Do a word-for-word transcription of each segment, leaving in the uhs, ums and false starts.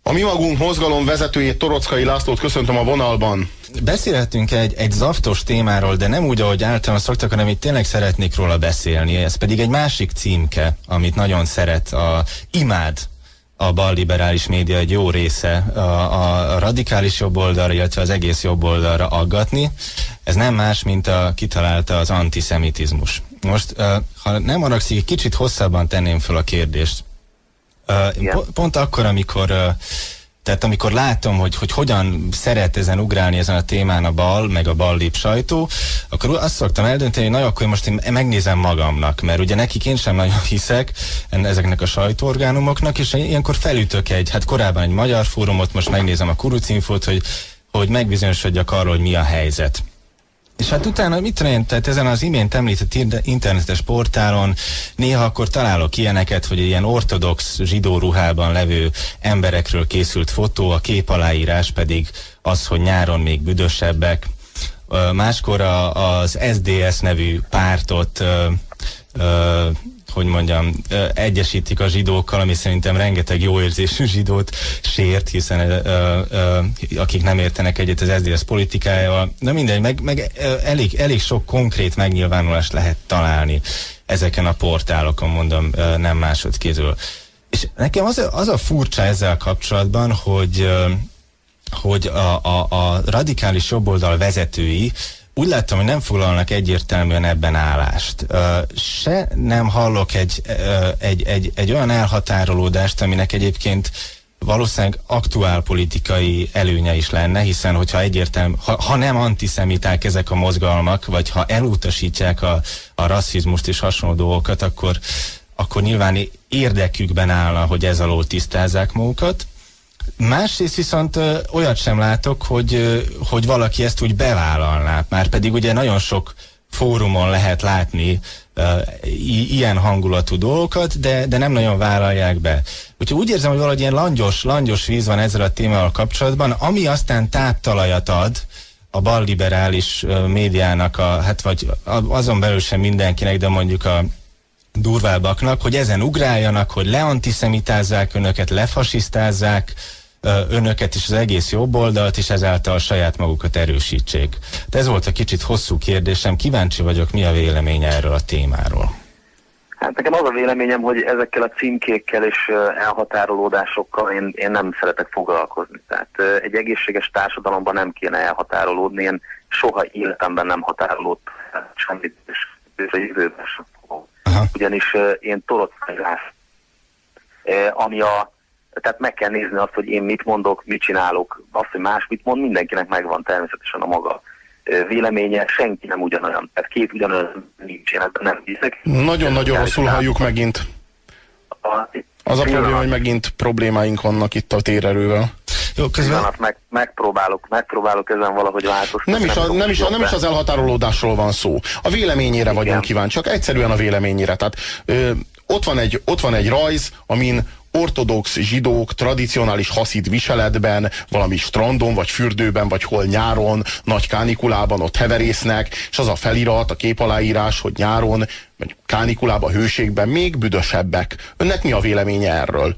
A Mi Magunk mozgalom vezetőjét, Toroczkai Lászlót köszöntöm a vonalban. Beszélhetünk egy, egy zaftos témáról, de nem úgy, ahogy általában szoktak, hanem itt tényleg szeretnék róla beszélni. Ez pedig egy másik címke, amit nagyon szeret, a imád a balliberális média egy jó része a, a radikális jobboldalra, illetve az egész jobboldalra aggatni. Ez nem más, mint a kitalálta az antiszemitizmus. Most, ha nem haragszik, egy kicsit hosszabban tenném fel a kérdést. Uh, po pont akkor, amikor, uh, tehát amikor látom, hogy, hogy hogyan szeret ezen ugrálni ezen a témán a bal, meg a ballib sajtó, akkor azt szoktam eldönteni, hogy na, akkor most én megnézem magamnak, mert ugye nekik én sem nagyon hiszek ezeknek a sajtóorgánumoknak, és ilyenkor felütök egy, hát korábban egy Magyar Fórumot, most megnézem a Kurucinfót, hogy, hogy megbizonyosodjak arról, hogy mi a helyzet. És hát utána, mit tudom én, tehát ezen az imént említett internetes portálon néha akkor találok ilyeneket, hogy ilyen ortodox zsidó ruhában levő emberekről készült fotó, a kép aláírás pedig az, hogy nyáron még büdösebbek. Máskor a, az es zé dé es nevű pártot, ö, ö, hogy mondjam, egyesítik a zsidókkal, ami szerintem rengeteg jóérzésű zsidót sért, hiszen ö, ö, akik nem értenek egyet az es zé dé es politikájával, de mindegy, meg, meg elég, elég sok konkrét megnyilvánulást lehet találni ezeken a portálokon, mondom, nem másodkézről. És nekem az a, az a furcsa ezzel kapcsolatban, hogy, hogy a, a, a radikális jobboldal vezetői úgy láttam, hogy nem foglalnak egyértelműen ebben állást. Uh, se nem hallok egy, uh, egy, egy, egy olyan elhatárolódást, aminek egyébként valószínűleg aktuál politikai előnye is lenne, hiszen hogyha egyértelmű, ha, ha nem antiszemiták ezek a mozgalmak, vagy ha elutasítják a, a rasszizmust és hasonló dolgokat, akkor, akkor nyilván érdekükben állna, hogy ez alól tisztázzák magukat. Másrészt viszont ö, olyat sem látok, hogy, ö, hogy valaki ezt úgy bevállalná. Már pedig ugye nagyon sok fórumon lehet látni ö, i- ilyen hangulatú dolgokat, de, de nem nagyon vállalják be. Úgyhogy úgy érzem, hogy valahogy ilyen langyos, langyos víz van ezzel a témával kapcsolatban, ami aztán táptalajat ad a balliberális ö, médiának, a, hát vagy azon belül sem mindenkinek, de mondjuk a durvábbaknak, hogy ezen ugráljanak, hogy leantiszemitázzák önöket, lefasisztázzák önöket és az egész jobboldalt, és ezáltal saját magukat erősítsék. De ez volt a kicsit hosszú kérdésem, kíváncsi vagyok, mi a véleménye erről a témáról. Hát nekem az a véleményem, hogy ezekkel a címkékkel és elhatárolódásokkal én, én nem szeretek foglalkozni. Tehát egy egészséges társadalomban nem kéne elhatárolódni, én soha életemben nem határolódtam semmit, és a jövőben sem fogom. Ugyanis én Toroczkai László, ami a tehát meg kell nézni azt, hogy én mit mondok, mit csinálok, azt, hogy más mit mond, mindenkinek megvan természetesen a maga véleménye, senki nem ugyanolyan, tehát két ugyanolyan nincs, én ebben nem hiszek. Nagyon-nagyon rosszul halljuk megint. Az a probléma, hogy megint problémáink vannak itt a térerővel. Jó, közben... meg, megpróbálok, megpróbálok ezen valahogy változtatni. Nem is, a, nem, is a, nem is az elhatárolódásról van szó. A véleményére Igen. vagyunk kíváncsiak, egyszerűen a véleményére. Tehát ö, ott, van egy, ott van egy rajz, amin ortodox zsidók tradicionális haszid viseletben, valami strandon, vagy fürdőben, vagy hol nyáron, nagy kánikulában ott heverésznek, és az a felirat, a képaláírás, hogy nyáron, vagy kánikulában, hőségben még büdösebbek. Önnek mi a véleménye erről?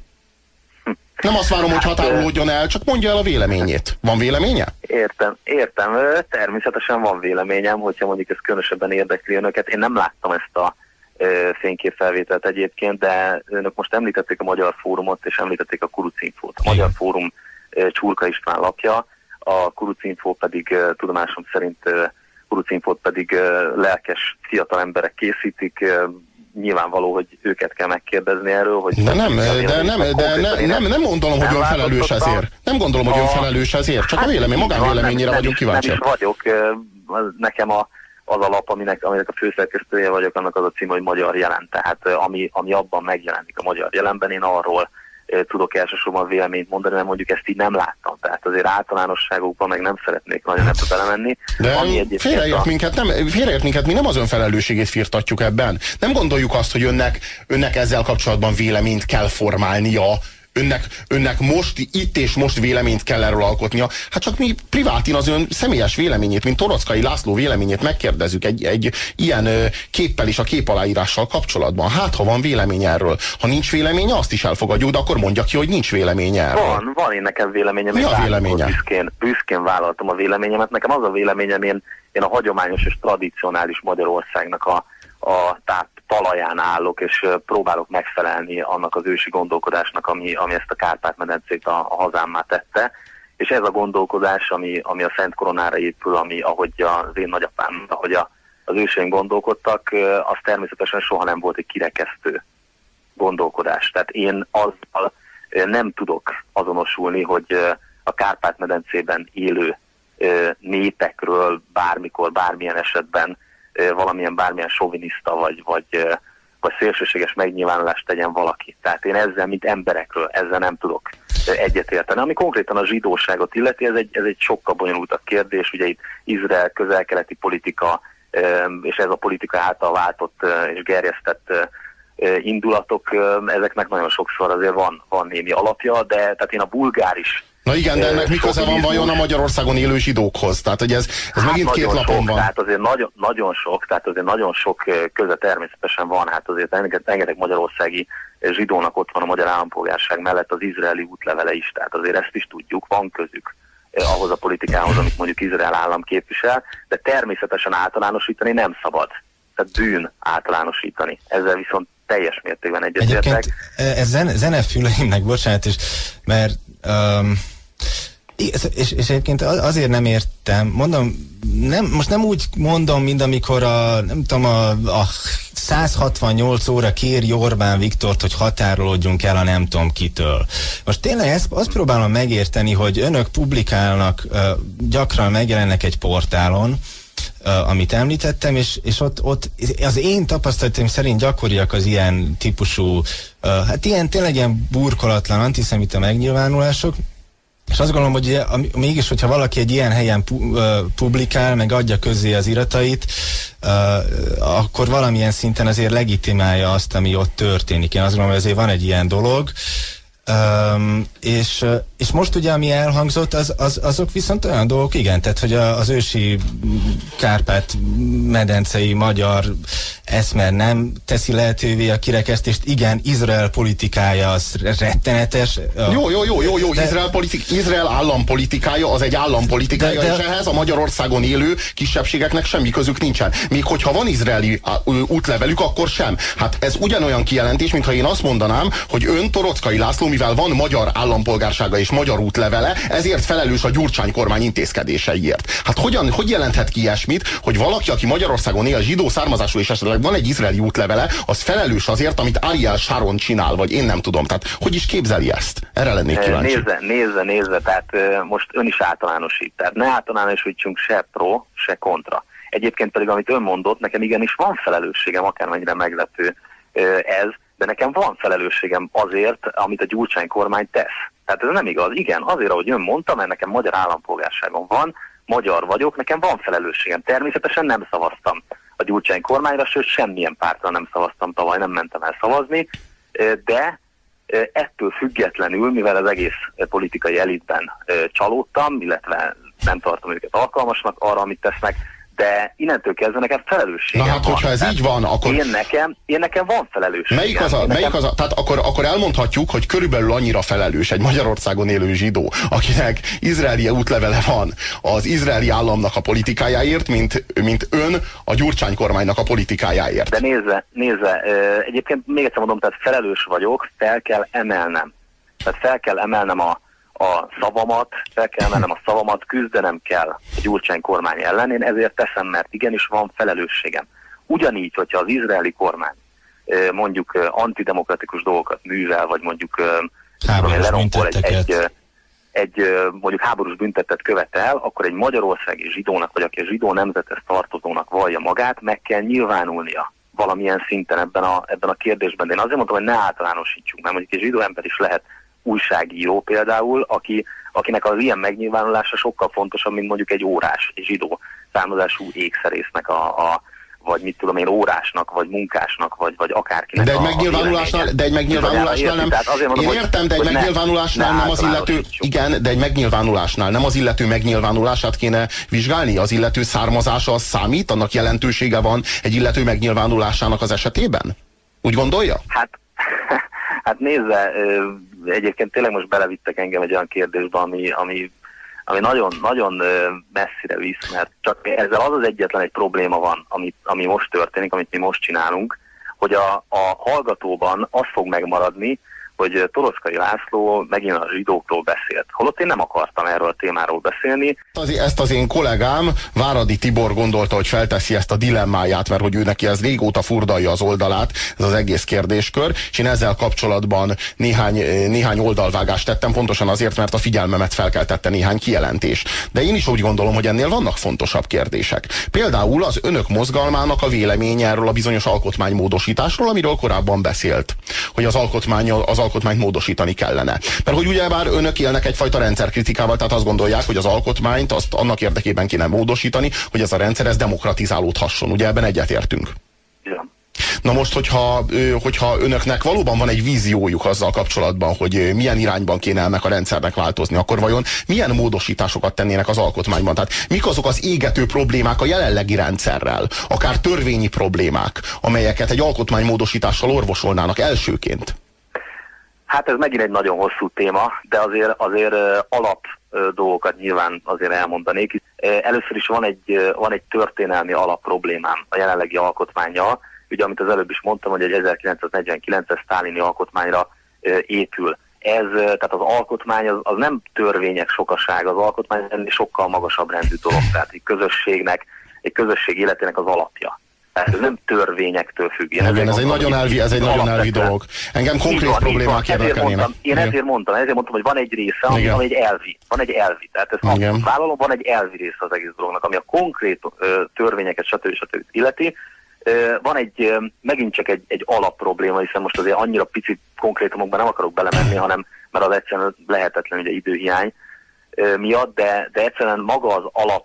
Nem azt várom, hogy határolódjon el, csak mondja el a véleményét. Van véleménye? Értem, értem. Természetesen van véleményem, hogyha mondjuk ez különösebben érdekli önöket. Én nem láttam ezt a fényképfelvételt egyébként, de önök most említették a Magyar Fórumot, és említették a Kurucinfót. A Magyar Fórum Csurka István lapja, a Kurucinfó pedig tudomásom szerint Kurucinfót pedig lelkes fiatal emberek készítik. Nyilvánvaló, hogy őket kell megkérdezni erről, hogy... De nem, de nem, de nem, nem, nem gondolom, hogy ön felelős ezért. Nem gondolom, hogy ön felelős ezért, csak a vélemény, magánvéleményére vagyunk kíváncsiak. Nem is vagyok, nekem a az a lap, aminek, aminek a főszerkesztője vagyok, annak az a cím, hogy Magyar Jelen. Tehát ami, ami abban megjelenik a Magyar Jelenben, én arról e, tudok elsősorban véleményt mondani, mert mondjuk ezt így nem láttam. Tehát azért általánosságokban meg nem szeretnék nagyon ebbe belemenni. De félreért a... minket, nem, félreért minket, mi nem az ön felelősségét firtatjuk ebben. Nem gondoljuk azt, hogy önnek, önnek ezzel kapcsolatban véleményt kell formálnia önnek, önnek most, itt és most véleményt kell erről alkotnia. Hát csak mi privátin az ön személyes véleményét, mint Toroczkai László véleményét megkérdezzük egy, egy ilyen ö, képpel és a képaláírással kapcsolatban. Hát, ha van vélemény erről. Ha nincs véleménye, azt is elfogadjuk, de akkor mondja ki, hogy nincs véleménye erről. Van, van én nekem véleményem. Mi a véleménye? Büszkén, büszkén vállaltam a véleményemet. Nekem az a véleményem, én, én a hagyományos és tradicionális Magyarországnak a, a táp talaján állok, és próbálok megfelelni annak az ősi gondolkodásnak, ami, ami ezt a Kárpát-medencét a, a hazámmá tette. És ez a gondolkodás, ami, ami a Szent Koronára épül, ami, ahogy az én nagyapám, ahogy a, az őseink gondolkodtak, az természetesen soha nem volt egy kirekesztő gondolkodás. Tehát én azzal nem tudok azonosulni, hogy a Kárpát-medencében élő népekről bármikor, bármilyen esetben valamilyen bármilyen soviniszta vagy, vagy, vagy szélsőséges megnyilvánulást tegyen valaki. Tehát én ezzel, mint emberekről, ezzel nem tudok egyetérteni. Ami konkrétan a zsidóságot illeti, ez egy, ez egy sokkal bonyolultabb kérdés. Ugye itt Izrael, közel-keleti politika, és ez a politika által váltott és gerjesztett indulatok, ezeknek nagyon sokszor azért van, van némi alapja, de tehát én a bulgár is. Na igen, de ennek mi köze van vajon a Magyarországon élő zsidókhoz? Tehát, hogy ez, ez hát megint két lapon sok, van. Tehát azért nagyon, nagyon sok, tehát azért nagyon sok köze természetesen van. Hát azért rengeteg magyarországi zsidónak ott van a magyar állampolgárság mellett az izraeli útlevele is. Tehát azért ezt is tudjuk, van közük ahhoz a politikához, amit mondjuk Izrael állam képvisel, de természetesen általánosítani nem szabad. Tehát bűn általánosítani. Ezzel viszont teljes mértékben egyetértek. Egyébként ez zene, zenefüleimnek, bocsánat is, mert um, és, és egyébként azért nem értem, mondom, nem, most nem úgy mondom, mint amikor a, nem tudom, a, a száz hatvannyolc óra kéri Orbán Viktort, hogy határolódjunk el a nem tudom kitől. Most tényleg ezt, azt próbálom megérteni, hogy önök publikálnak, uh, gyakran megjelennek egy portálon, Uh, amit említettem, és, és ott, ott az én tapasztalatom szerint gyakoriak az ilyen típusú, uh, hát ilyen tényleg ilyen burkolatlan antiszemita megnyilvánulások, és azt gondolom, hogy ugye, mégis, hogyha valaki egy ilyen helyen pu, uh, publikál, meg adja közzé az iratait, uh, akkor valamilyen szinten azért legitimálja azt, ami ott történik. Én azt gondolom, hogy azért van egy ilyen dolog, Um, és, és most ugye, ami elhangzott, az, az, azok viszont olyan dolgok, igen, tehát, hogy a, az ősi Kárpát-medencei magyar eszmer nem teszi lehetővé a kirekesztést, igen, Izrael politikája az rettenetes. Jó, jó, jó, jó, jó. De, Izrael, politik, Izrael állampolitikája az egy állampolitikája, de, de, és ehhez a Magyarországon élő kisebbségeknek semmi közük nincsen. Még hogyha van izraeli útlevelük, akkor sem. Hát ez ugyanolyan kijelentés, mintha én azt mondanám, hogy ön Toroczkai László, mivel van magyar állampolgársága és magyar útlevele, ezért felelős a Gyurcsány kormány intézkedéseiért. Hát hogyan, hogy jelenthet ki ilyesmit, hogy valaki, aki Magyarországon él, zsidó származású és esetleg van egy izraeli útlevele, az felelős azért, amit Ariel Sharon csinál, vagy én nem tudom. Tehát hogy is képzeli ezt? Erre lennék kíváncsi. Nézze, nézze, nézze, tehát most ön is általánosít. Tehát ne általánosítsunk se pro, se kontra. Egyébként pedig, amit ön mondott, nekem igenis van felelősségem, akármennyire meglepő ez, de nekem van felelősségem azért, amit a Gyurcsány kormány tesz. Tehát ez nem igaz. Igen, azért, ahogy ön mondta, mert nekem magyar állampolgárságom van, magyar vagyok, nekem van felelősségem. Természetesen nem szavaztam a Gyurcsány kormányra, sőt semmilyen pártra nem szavaztam tavaly, nem mentem el szavazni, de ettől függetlenül, mivel az egész politikai elitben csalódtam, illetve nem tartom őket alkalmasnak arra, amit tesznek, de innentől kezdve nekem felelősségem Na hát, van. hogyha ez Tehát így van, akkor... Én nekem, én nekem van felelősségem. Melyik az a, nekem... melyik az a tehát akkor, akkor elmondhatjuk, hogy körülbelül annyira felelős egy Magyarországon élő zsidó, akinek izraeli útlevele van az izraeli államnak a politikájáért, mint, mint ön a Gyurcsány kormánynak a politikájáért. De nézze, nézze, egyébként még egyszer mondom, tehát felelős vagyok, fel kell emelnem. Tehát fel kell emelnem a a szavamat, fel kell mennem a szavamat, küzdenem kell a Gyurcsány kormány ellen, én ezért teszem, mert igenis van felelősségem. Ugyanígy, hogyha az izraeli kormány mondjuk antidemokratikus dolgokat művel, vagy mondjuk lerompol egy, egy, egy mondjuk háborús büntettet követel, akkor egy magyarországi zsidónak, vagy aki a zsidó nemzethez tartozónak vallja magát, meg kell nyilvánulnia valamilyen szinten ebben a, ebben a kérdésben. De én azért mondtam, hogy ne általánosítsuk, mert mondjuk egy zsidó ember is lehet újságíró például, aki, akinek az ilyen megnyilvánulása sokkal fontosabb, mint mondjuk egy órás, egy zsidó származású ékszerésznek a, a, vagy mit tudom én, órásnak, vagy munkásnak, vagy, vagy akárkinek. De egy megnyilvánulásnál, de egy megnyilvánulásnál nem. Mondom, én értem, de egy megnyilvánulásnál nem az illető, igen, de egy megnyilvánulásnál nem az illető megnyilvánulását kéne vizsgálni? Az illető származása az számít? Annak jelentősége van egy illető megnyilvánulásának az esetében? Úgy gondolja? Hát, hát nézze, egyébként tényleg most belevittek engem egy olyan kérdésbe, ami, ami, ami nagyon, nagyon messzire visz, mert csak ezzel az az egyetlen egy probléma van, ami, ami most történik, amit mi most csinálunk, hogy a, a hallgatóban az fog megmaradni, hogy Toroczkai László megint a zsidókról beszélt. Holott én nem akartam erről a témáról beszélni. Ezt az én kollégám, Váradi Tibor gondolta, hogy felteszi ezt a dilemmáját, mert hogy ő neki ez régóta furdalja az oldalát, ez az egész kérdéskör, és én ezzel kapcsolatban néhány, néhány oldalvágást tettem, pontosan azért, mert a figyelmemet felkeltette néhány kijelentés. De én is úgy gondolom, hogy ennél vannak fontosabb kérdések. Például az önök mozgalmának a véleménye erről a bizonyos alkotmánymódosításról, amiről korábban beszélt, hogy az alkotmány az alkotmányt módosítani kellene. Mert hogy ugyebár önök élnek egyfajta rendszerkritikával, tehát azt gondolják, hogy az alkotmányt azt annak érdekében kéne módosítani, hogy ez a rendszer ez demokratizálódhasson. Ugye ebben egyetértünk? Ja. Na most, hogyha, hogyha önöknek valóban van egy víziójuk azzal kapcsolatban, hogy milyen irányban kéne ennek a rendszernek változni, akkor vajon milyen módosításokat tennének az alkotmányban? Tehát mik azok az égető problémák a jelenlegi rendszerrel, akár törvényi problémák, amelyeket egy alkotmánymódosítással orvosolnának elsőként? Hát ez megint egy nagyon hosszú téma, de azért, azért alap dolgokat nyilván azért elmondanék. Először is van egy, van egy történelmi alap problémám a jelenlegi alkotmánnyal. Ugye, amit az előbb is mondtam, hogy egy ezerkilencszáznegyvenkilences sztálini alkotmányra épül. Ez, tehát az alkotmány az, az nem törvények sokasága, az alkotmány sokkal magasabb rendű dolog. Tehát egy közösségnek, egy közösség életének az alapja. Ez nem törvényektől függ. Igen, ez egy nagyon elvi, ez egy nagyon elvi dolog. Engem konkrét van, problémák érdekelnének. Én Igen. ezért mondtam, ezért mondtam, hogy van egy része, ami, ami egy elvi. Van egy elvi. Tehát ezt vállalom, van egy elvi része az egész dolognak, ami a konkrét ö, törvényeket, stb. stb. Illeti. Ö, van egy, ö, megint csak egy, egy alapprobléma, hiszen most azért annyira picit konkrétumokban nem akarok belemenni, hanem mert az egyszerűen lehetetlen ugye időhiány ö, miatt, de, de egyszerűen maga az alap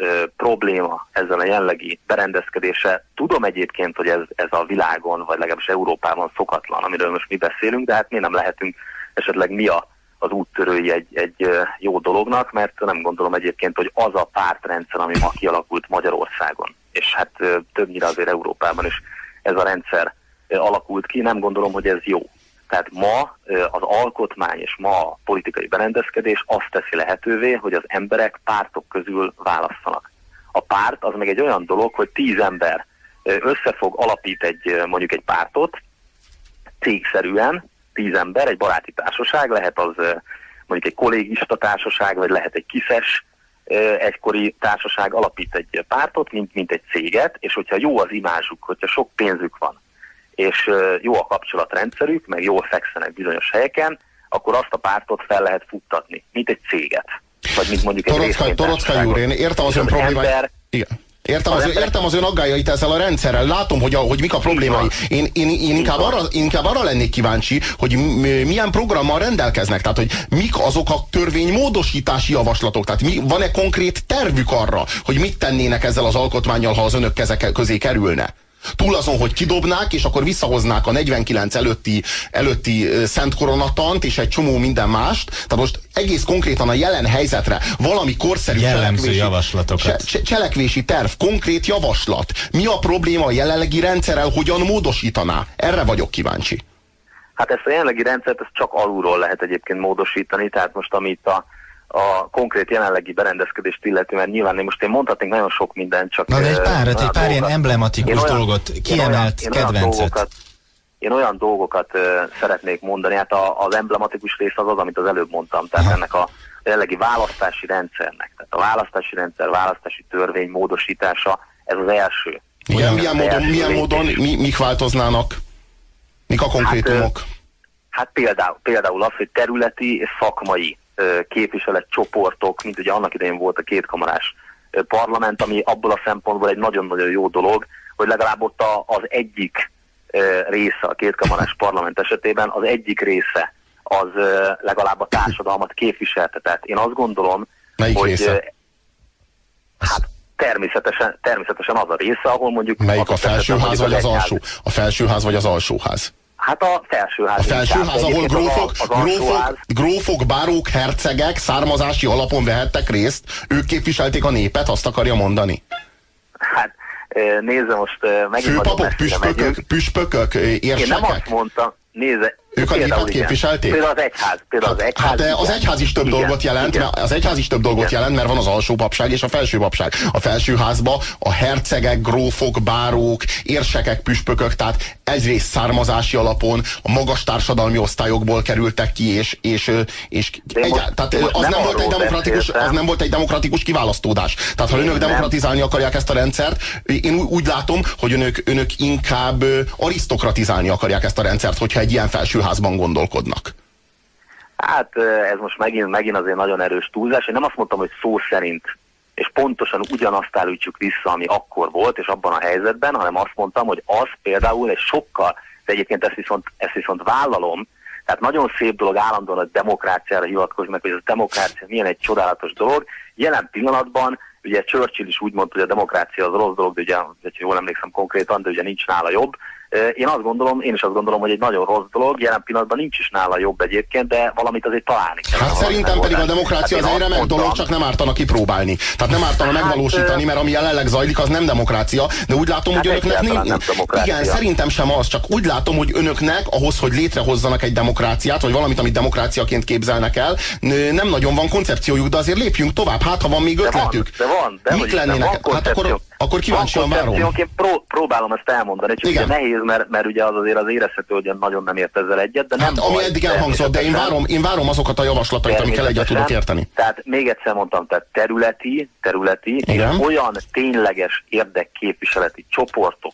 probléma ezzel a jelenlegi berendezkedése. Tudom egyébként, hogy ez, ez a világon, vagy legalábbis Európában szokatlan, amiről most mi beszélünk, de hát mi nem lehetünk esetleg mi a, az úttörői egy, egy jó dolognak, mert nem gondolom egyébként, hogy az a pártrendszer, ami ma kialakult Magyarországon, és hát többnyire azért Európában is ez a rendszer alakult ki, nem gondolom, hogy ez jó. Tehát ma az alkotmány és ma a politikai berendezkedés azt teszi lehetővé, hogy az emberek pártok közül válasszanak. A párt az meg egy olyan dolog, hogy tíz ember összefog, alapít egy, mondjuk egy pártot, cégszerűen, tíz ember, egy baráti társaság, lehet az mondjuk egy kollégista társaság, vagy lehet egy kiszes egykori társaság, alapít egy pártot, mint, mint egy céget, és hogyha jó az imázsuk, hogyha sok pénzük van, és jó a kapcsolatrendszerük, meg jól fekszenek bizonyos helyeken, akkor azt a pártot fel lehet futtatni, mint egy céget. Vagy mint mondjuk egy részvénytársaságot. Toroczkai úr, én értem az ön problémáját. Igen. Értem az, értem az ön aggályait ezzel a rendszerrel, látom, hogy, a, hogy mik a problémái. Én, én, én inkább, arra, inkább arra lennék kíváncsi, hogy milyen programmal rendelkeznek, tehát hogy mik azok a törvénymódosítási javaslatok, tehát mi, van-e konkrét tervük arra, hogy mit tennének ezzel az alkotmánnyal, ha az önök kezek közé kerülne? Túl azon, hogy kidobnák, és akkor visszahoznák a negyvenkilenc előtti, előtti Szent Koronatant, és egy csomó minden mást. Tehát most egész konkrétan a jelen helyzetre valami korszerű jellemző javaslatokat. Cse, cselekvési terv, konkrét javaslat. Mi a probléma a jelenlegi rendszerrel, hogyan módosítaná? Erre vagyok kíváncsi. Hát ezt a jelenlegi rendszert ezt csak alulról lehet egyébként módosítani, tehát most amit a a konkrét jelenlegi berendezkedést illeti, mert nyilván én most én mondhatnék nagyon sok mindent, csak... Na de egy pár, egy pár ilyen emblematikus olyan, dolgot, kiemelt én kedvencet. Olyan dolgokat, én olyan dolgokat uh, szeretnék mondani, hát a, az emblematikus rész az az, amit az előbb mondtam, tehát ha. ennek a jelenlegi választási rendszernek, tehát a választási rendszer, választási törvény módosítása, ez az első. Milyen, milyen módon, első milyen módon mi, mik változnának? Mik a konkrétumok? Hát, hát például, például az, hogy területi és szakmai képviseletcsoportok, mint ugye annak idején volt a kétkamarás parlament, ami abból a szempontból egy nagyon-nagyon jó dolog, hogy legalább ott az egyik része a kétkamarás parlament esetében, az egyik része az legalább a társadalmat képviselte. Tehát én azt gondolom, melyik hogy része? Hát természetesen, természetesen az a része, ahol mondjuk... Melyik a felsőház vagy az alsó? A felsőház vagy az alsóház? Hát a felsőház. A felsőház, ahol grófok, az grófok, grófok, bárók, hercegek származási alapon vehettek részt, ők képviselték a népet, azt akarja mondani? Hát nézze, most megint főpapok, püspökök, püspökök, érsekek? Én nem azt mondtam, nézze, ők a népet képviselték? Például az egyház. Például az egyház, hát, hát az egyház is több igen, dolgot jelent, mert az egyház is több dolgot igen. jelent, mert van az alsó papság és a felső papság. A felsőházba a hercegek, grófok, bárók, érsekek, püspökök, tehát egyrészt származási alapon a magas társadalmi osztályokból kerültek ki, és, és, és egy, tehát az nem, volt egy demokratikus, az nem volt egy demokratikus kiválasztódás. Tehát ha én önök nem. demokratizálni akarják ezt a rendszert, én úgy látom, hogy önök, önök inkább arisztokratizálni akarják ezt a rendszert, hogyha egy ilyen felsőházban gondolkodnak. Hát ez most megint, megint azért nagyon erős túlzás. Én nem azt mondtam, hogy szó szerint és pontosan ugyanazt állítsuk vissza, ami akkor volt, és abban a helyzetben, hanem azt mondtam, hogy az például egy sokkal, de egyébként ezt viszont, ezt viszont vállalom, tehát nagyon szép dolog állandóan a demokráciára hivatkozni, hogy ez a demokrácia milyen egy csodálatos dolog. Jelen pillanatban, ugye Churchill is úgy mondta, hogy a demokrácia az rossz dolog, de ugye, hogyha jól emlékszem konkrétan, de ugye nincs nála jobb. Én azt gondolom, én is azt gondolom, hogy egy nagyon rossz dolog, jelen pillanatban nincs is nála jobb egyébként, de valamit azért találni kell. Hát szerintem pedig a demokrácia hát az egy remek dolog, csak nem ártana kipróbálni. Tehát nem ártana hát, megvalósítani, mert ami jelenleg zajlik, az nem demokrácia, de úgy látom, hát hogy önöknek nem, nem igen, szerintem sem az, csak úgy látom, hogy önöknek ahhoz, hogy létrehozzanak egy demokráciát, vagy valamit, amit demokráciaként képzelnek el, nem nagyon van koncepciójuk, de azért lépjünk tovább, hát ha van még ötletük. De van, de van. Mik lennének? Hát akkor, akkor kíváncsian várom. Pró- próbálom ezt elmondani, csak ugye nehéz, mert, mert ugye az azért az érezhető, hogy nagyon nem ért ezzel egyet, de nem hát, ami eddig elhangzott, de én várom, én várom azokat a javaslatait, amikkel egyet tudok érteni. Tehát még egyszer mondtam, tehát területi, területi és olyan tényleges érdekképviseleti csoportok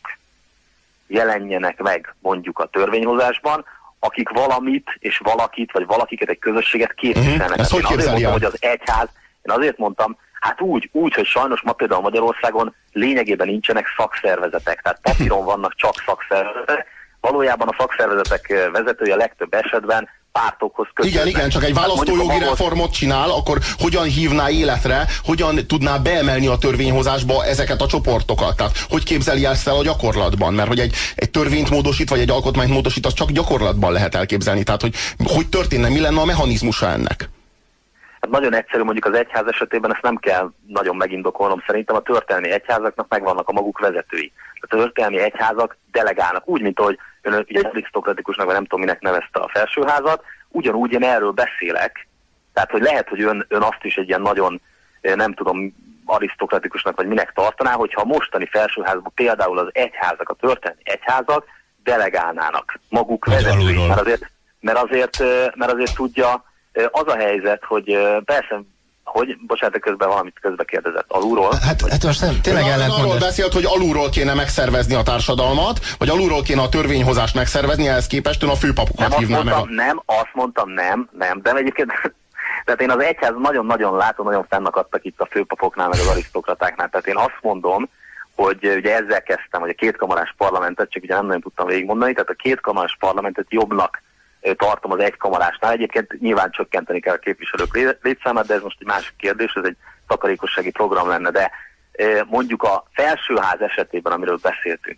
jelenjenek meg mondjuk a törvényhozásban, akik valamit és valakit, vagy valakiket, egy közösséget képviselnek. Uh-huh. Ezt hogy én azért mondtam, el? hogy az egyház, én azért mondtam, hát úgy, úgy, hogy sajnos ma például Magyarországon lényegében nincsenek szakszervezetek, tehát papíron vannak csak szakszervezetek, valójában a szakszervezetek vezetője legtöbb esetben pártokhoz kötődnek. Igen, igen, csak egy választójogi hát reformot csinál, akkor hogyan hívná életre, hogyan tudná beemelni a törvényhozásba ezeket a csoportokat? Tehát hogy képzeli ezt el a gyakorlatban? Mert hogy egy, egy törvényt módosít, vagy egy alkotmányt módosít, az csak gyakorlatban lehet elképzelni. Tehát hogy hogy történne, mi lenne a mechanizmusa ennek? Hát nagyon egyszerű, mondjuk az egyház esetében ezt nem kell nagyon megindokolnom. Szerintem a történelmi egyházaknak megvannak a maguk vezetői. A történelmi egyházak delegálnak, úgy, mint ahogy ön ugye arisztokratikusnak, vagy nem tudom, minek nevezte a felsőházat, ugyanúgy én erről beszélek. Tehát, hogy lehet, hogy ön, ön azt is egy ilyen nagyon, nem tudom, arisztokratikusnak, vagy minek tartaná, hogyha a mostani felsőházban például az egyházak, a történelmi egyházak delegálnának maguk vezetői. Mert azért, mert, azért, mert azért tudja, az a helyzet, hogy persze, hogy, bocsánat, közben valamit közbe kérdezett, alulról? Hát, hát most nem, tényleg ellentmondás. Arról beszélt, hogy alulról kéne megszervezni a társadalmat, vagy alulról kéne a törvényhozást megszervezni, ehhez képest ön a főpapokat nem hívná mondtam, meg. A... Nem, azt mondtam, nem, nem, de egyébként, tehát én az egyház nagyon-nagyon látom, nagyon fennakadtak itt a főpapoknál, meg az arisztokratáknál, tehát én azt mondom, hogy ugye ezzel kezdtem, hogy a kétkamarás parlamentet, csak ugye nem nagyon tudtam végigmondani, tehát a kétkamarás parlamentet jobbnak tartom az egykamarásnál. Egyébként nyilván csökkenteni kell a képviselők létszámát, de ez most egy másik kérdés, ez egy takarékossági program lenne, de mondjuk a felsőház esetében, amiről beszéltünk,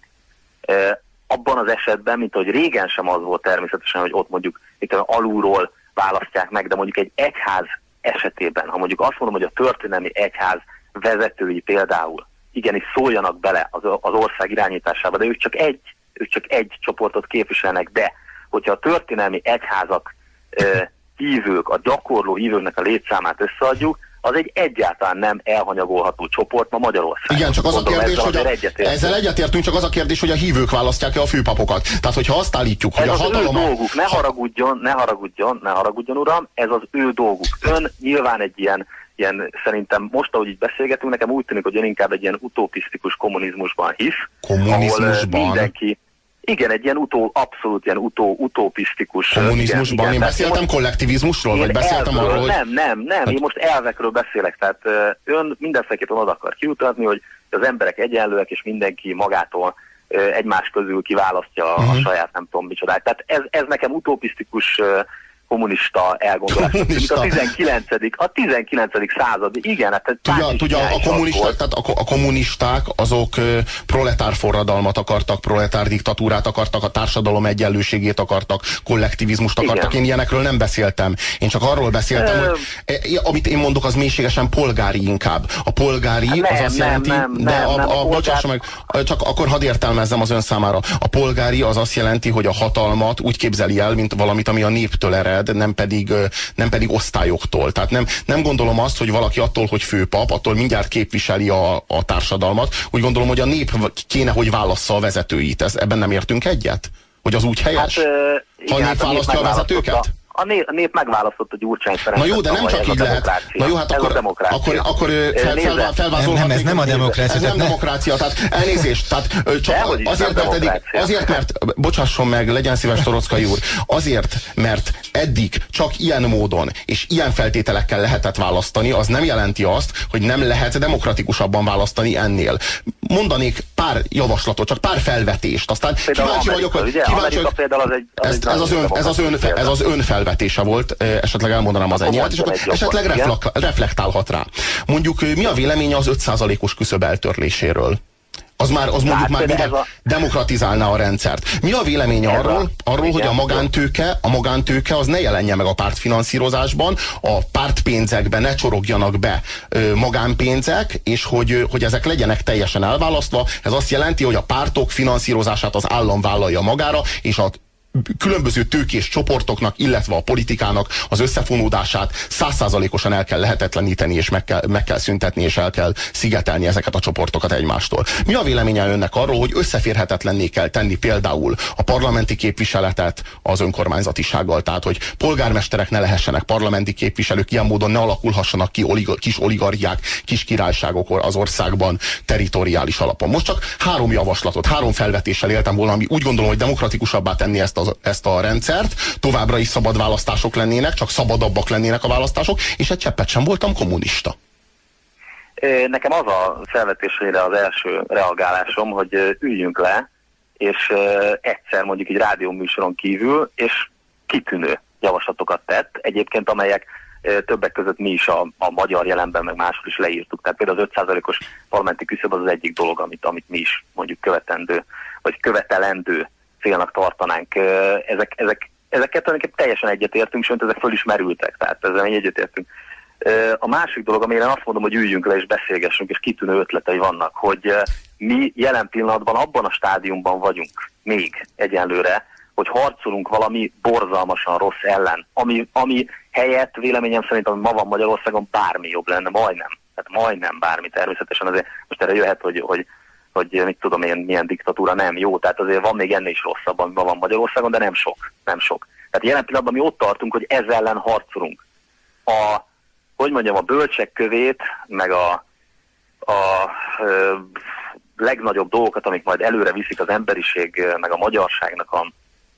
abban az esetben, mint ahogy régen sem az volt természetesen, hogy ott mondjuk itt alulról választják meg, de mondjuk egy egyház esetében, ha mondjuk azt mondom, hogy a történelmi egyház vezetői például igenis szóljanak bele az, az ország irányításába, de ők csak egy, ők csak egy csoportot képviselnek, de hogyha a történelmi egyházak e, hívők, a gyakorló hívőknek a létszámát összeadjuk, az egy egyáltalán nem elhanyagolható csoport ma Magyarországon. Igen, csak az Mondom, a kérdés, hogy a, egyetértünk. ezzel egyetértünk, csak az a kérdés, hogy a hívők választják-e a főpapokat. Tehát, hogyha azt állítjuk, hogy ez a az hatalom... ő dolguk, ne haragudjon, ne haragudjon, ne haragudjon, uram, ez az ő dolguk. Ön nyilván egy ilyen, ilyen szerintem most, ahogy így beszélgetünk, nekem úgy tűnik, hogy ön inkább egy ilyen utopisztikus kommunizmusban hisz. Kommunizmusban? Ahol mindenki, igen, egy ilyen utó, abszolút ilyen utó, utopisztikus... Kommunizmusban? Igen, igen, én beszéltem most, kollektivizmusról, vagy beszéltem elvről, arról, hogy... Nem, nem, nem, hát... én most elvekről beszélek, tehát ön mindenféleképpen oda akar kiutatni, hogy az emberek egyenlőek, és mindenki magától egymás közül kiválasztja uh-huh. a saját nem tudom micsodát. Tehát ez, ez nekem utopisztikus kommunista elgondolás. Kommunista. A tizenkilencedik a tizenkilencedik század, igen. Hát tudja, tudja a, kommunisták, tehát a, a kommunisták azok proletár forradalmat akartak, proletár diktatúrát akartak, a társadalom egyenlőségét akartak, kollektivizmust akartak. Igen. Én ilyenekről nem beszéltem. Én csak arról beszéltem, Ö... hogy amit én mondok, az mélységesen polgári inkább. A polgári nem, az azt jelenti, nem, nem, de nem, a, a, a polgár... meg, csak akkor hadd értelmezzem az ön számára. A polgári az azt jelenti, hogy a hatalmat úgy képzeli el, mint valamit, ami a néptől ered, nem pedig, nem pedig osztályoktól. Tehát nem, nem gondolom azt, hogy valaki attól, hogy főpap, attól mindjárt képviseli a, a társadalmat. Úgy gondolom, hogy a nép kéne, hogy válassza a vezetőit. Ez, ebben nem értünk egyet? Hogy az úgy helyes? Hát, uh, igen, ha a nép választja a vezetőket? A nép, a nép megválasztott a Gyurcsány Ferencet. Na jó, de nem csak így lehet. Na jó, hát akkor, akkor, akkor fel, fel, felvázolhatnék. Nem, ez nem a demokrácia. Ez nem demokrácia, tehát elnézést. Tehát csak azért, mert eddig, azért, mert, bocsásson meg, legyen szíves Torockai úr, azért, mert eddig csak ilyen módon és ilyen feltételekkel lehetett választani, az nem jelenti azt, hogy nem lehet demokratikusabban választani ennél. Mondanék pár javaslatot, csak pár felvetést, aztán kíváncsi vagyok, hogy kíváncsi, ez, ez, az ön, ez, az ön, ez az ön felvetése volt, esetleg elmondanám az enyémet, és akkor esetleg reflek, reflektálhat rá. Mondjuk mi a véleménye az öt százalékos küszöb eltörléséről? Az már, az mondjuk már minden a... demokratizálná a rendszert. Mi a véleménye arról, arról hogy a magántőke, a magántőke az ne jelenje meg a pártfinanszírozásban, a pártpénzekbe ne csorogjanak be ö, magánpénzek, és hogy, hogy ezek legyenek teljesen elválasztva. Ez azt jelenti, hogy a pártok finanszírozását az állam vállalja magára, és a különböző tőkés csoportoknak, illetve a politikának az összefonódását száz százalékosan el kell lehetetleníteni, és meg kell, meg kell szüntetni, és el kell szigetelni ezeket a csoportokat egymástól. Mi a véleménye önnek arról, hogy összeférhetetlenné kell tenni például a parlamenti képviseletet az önkormányzatisággal, tehát hogy polgármesterek ne lehessenek parlamenti képviselők, ilyen módon ne alakulhassanak ki oligo- kis oligarchiák, kis királyságok az országban territoriális alapon. Most csak három javaslatot, három felvetéssel éltem volna, ami úgy gondolom, hogy demokratikusabbá tenni ezt a ezt a rendszert, továbbra is szabad választások lennének, csak szabadabbak lennének a választások, és egy cseppet sem voltam kommunista. Nekem az a felvetésére az első reagálásom, hogy üljünk le, és egyszer mondjuk egy rádióműsoron kívül, és kitűnő javaslatokat tett, egyébként amelyek többek között mi is a, a magyar jelenben, meg máshol is leírtuk. Tehát például az öt százalékos parlamenti küszöb az az egyik dolog, amit, amit mi is mondjuk követendő, vagy követelendő célnak tartanánk. Ezek, ezek, ezeket tulajdonképpen teljesen egyetértünk, sőt ezek föl is merültek, tehát ezzel mi egyetértünk. A másik dolog, amire én azt mondom, hogy üljünk le és beszélgessünk, és kitűnő ötletei vannak, hogy mi jelen pillanatban abban a stádiumban vagyunk még egyenlőre, hogy harcolunk valami borzalmasan rossz ellen, ami, ami helyett véleményem szerint, ami ma van Magyarországon, bármi jobb lenne, majdnem. Tehát majdnem bármi, természetesen azért most erre jöhet, hogy, hogy hogy mit tudom én, milyen diktatúra, nem jó. Tehát azért van még ennél is rosszabb, ami van Magyarországon, de nem sok. Nem sok. Tehát jelen pillanatban mi ott tartunk, hogy ezzel ellen harcolunk. A, hogy mondjam, a bölcsek kövét, meg a, a, a legnagyobb dolgokat, amik majd előre viszik az emberiség, meg a magyarságnak a,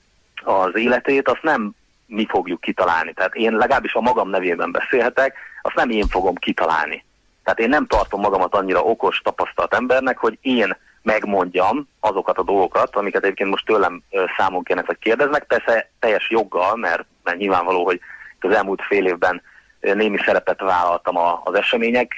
az életét, azt nem mi fogjuk kitalálni. Tehát én legalábbis a magam nevében beszélhetek, azt nem én fogom kitalálni. Tehát én nem tartom magamat annyira okos, tapasztalt embernek, hogy én megmondjam azokat a dolgokat, amiket egyébként most tőlem számon kérnek, vagy kérdeznek. Persze teljes joggal, mert, mert nyilvánvaló, hogy az elmúlt fél évben némi szerepet vállaltam a, az események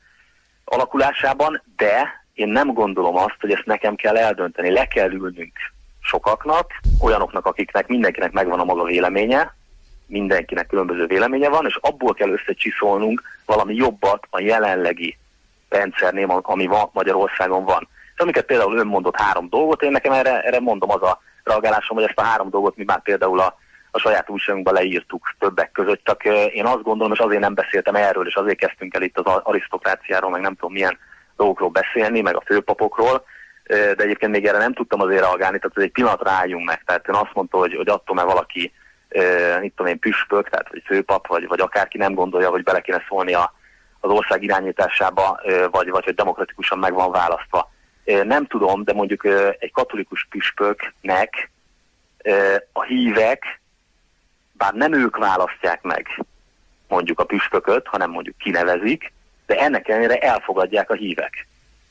alakulásában, de én nem gondolom azt, hogy ezt nekem kell eldönteni. Le kell ülnünk sokaknak, olyanoknak, akiknek mindenkinek megvan a maga véleménye, mindenkinek különböző véleménye van, és abból kell összecsiszolnunk valami jobbat a jelenlegi rendszernél, ami van, Magyarországon van. És amiket például ön mondott három dolgot, én nekem erre, erre mondom az a reagálásom, hogy ezt a három dolgot mi már például a, a saját újságunkban leírtuk többek között, csak én azt gondolom, és azért nem beszéltem erről, és azért kezdtünk el itt az arisztokráciáról, meg nem tudom milyen dolgokról beszélni, meg a főpapokról, de egyébként még erre nem tudtam azért reagálni, tehát egy pillanatra álljunk meg. Tehát ön azt mondta, hogy, hogy attól, mert valaki mit tudom én, püspök, tehát vagy főpap, vagy, vagy akárki nem gondolja, hogy bele kéne szólni a, az ország irányításába, vagy, vagy hogy demokratikusan meg van választva. Nem tudom, de mondjuk egy katolikus püspöknek a hívek, bár nem ők választják meg mondjuk a püspököt, hanem mondjuk kinevezik, de ennek ellenére elfogadják a hívek.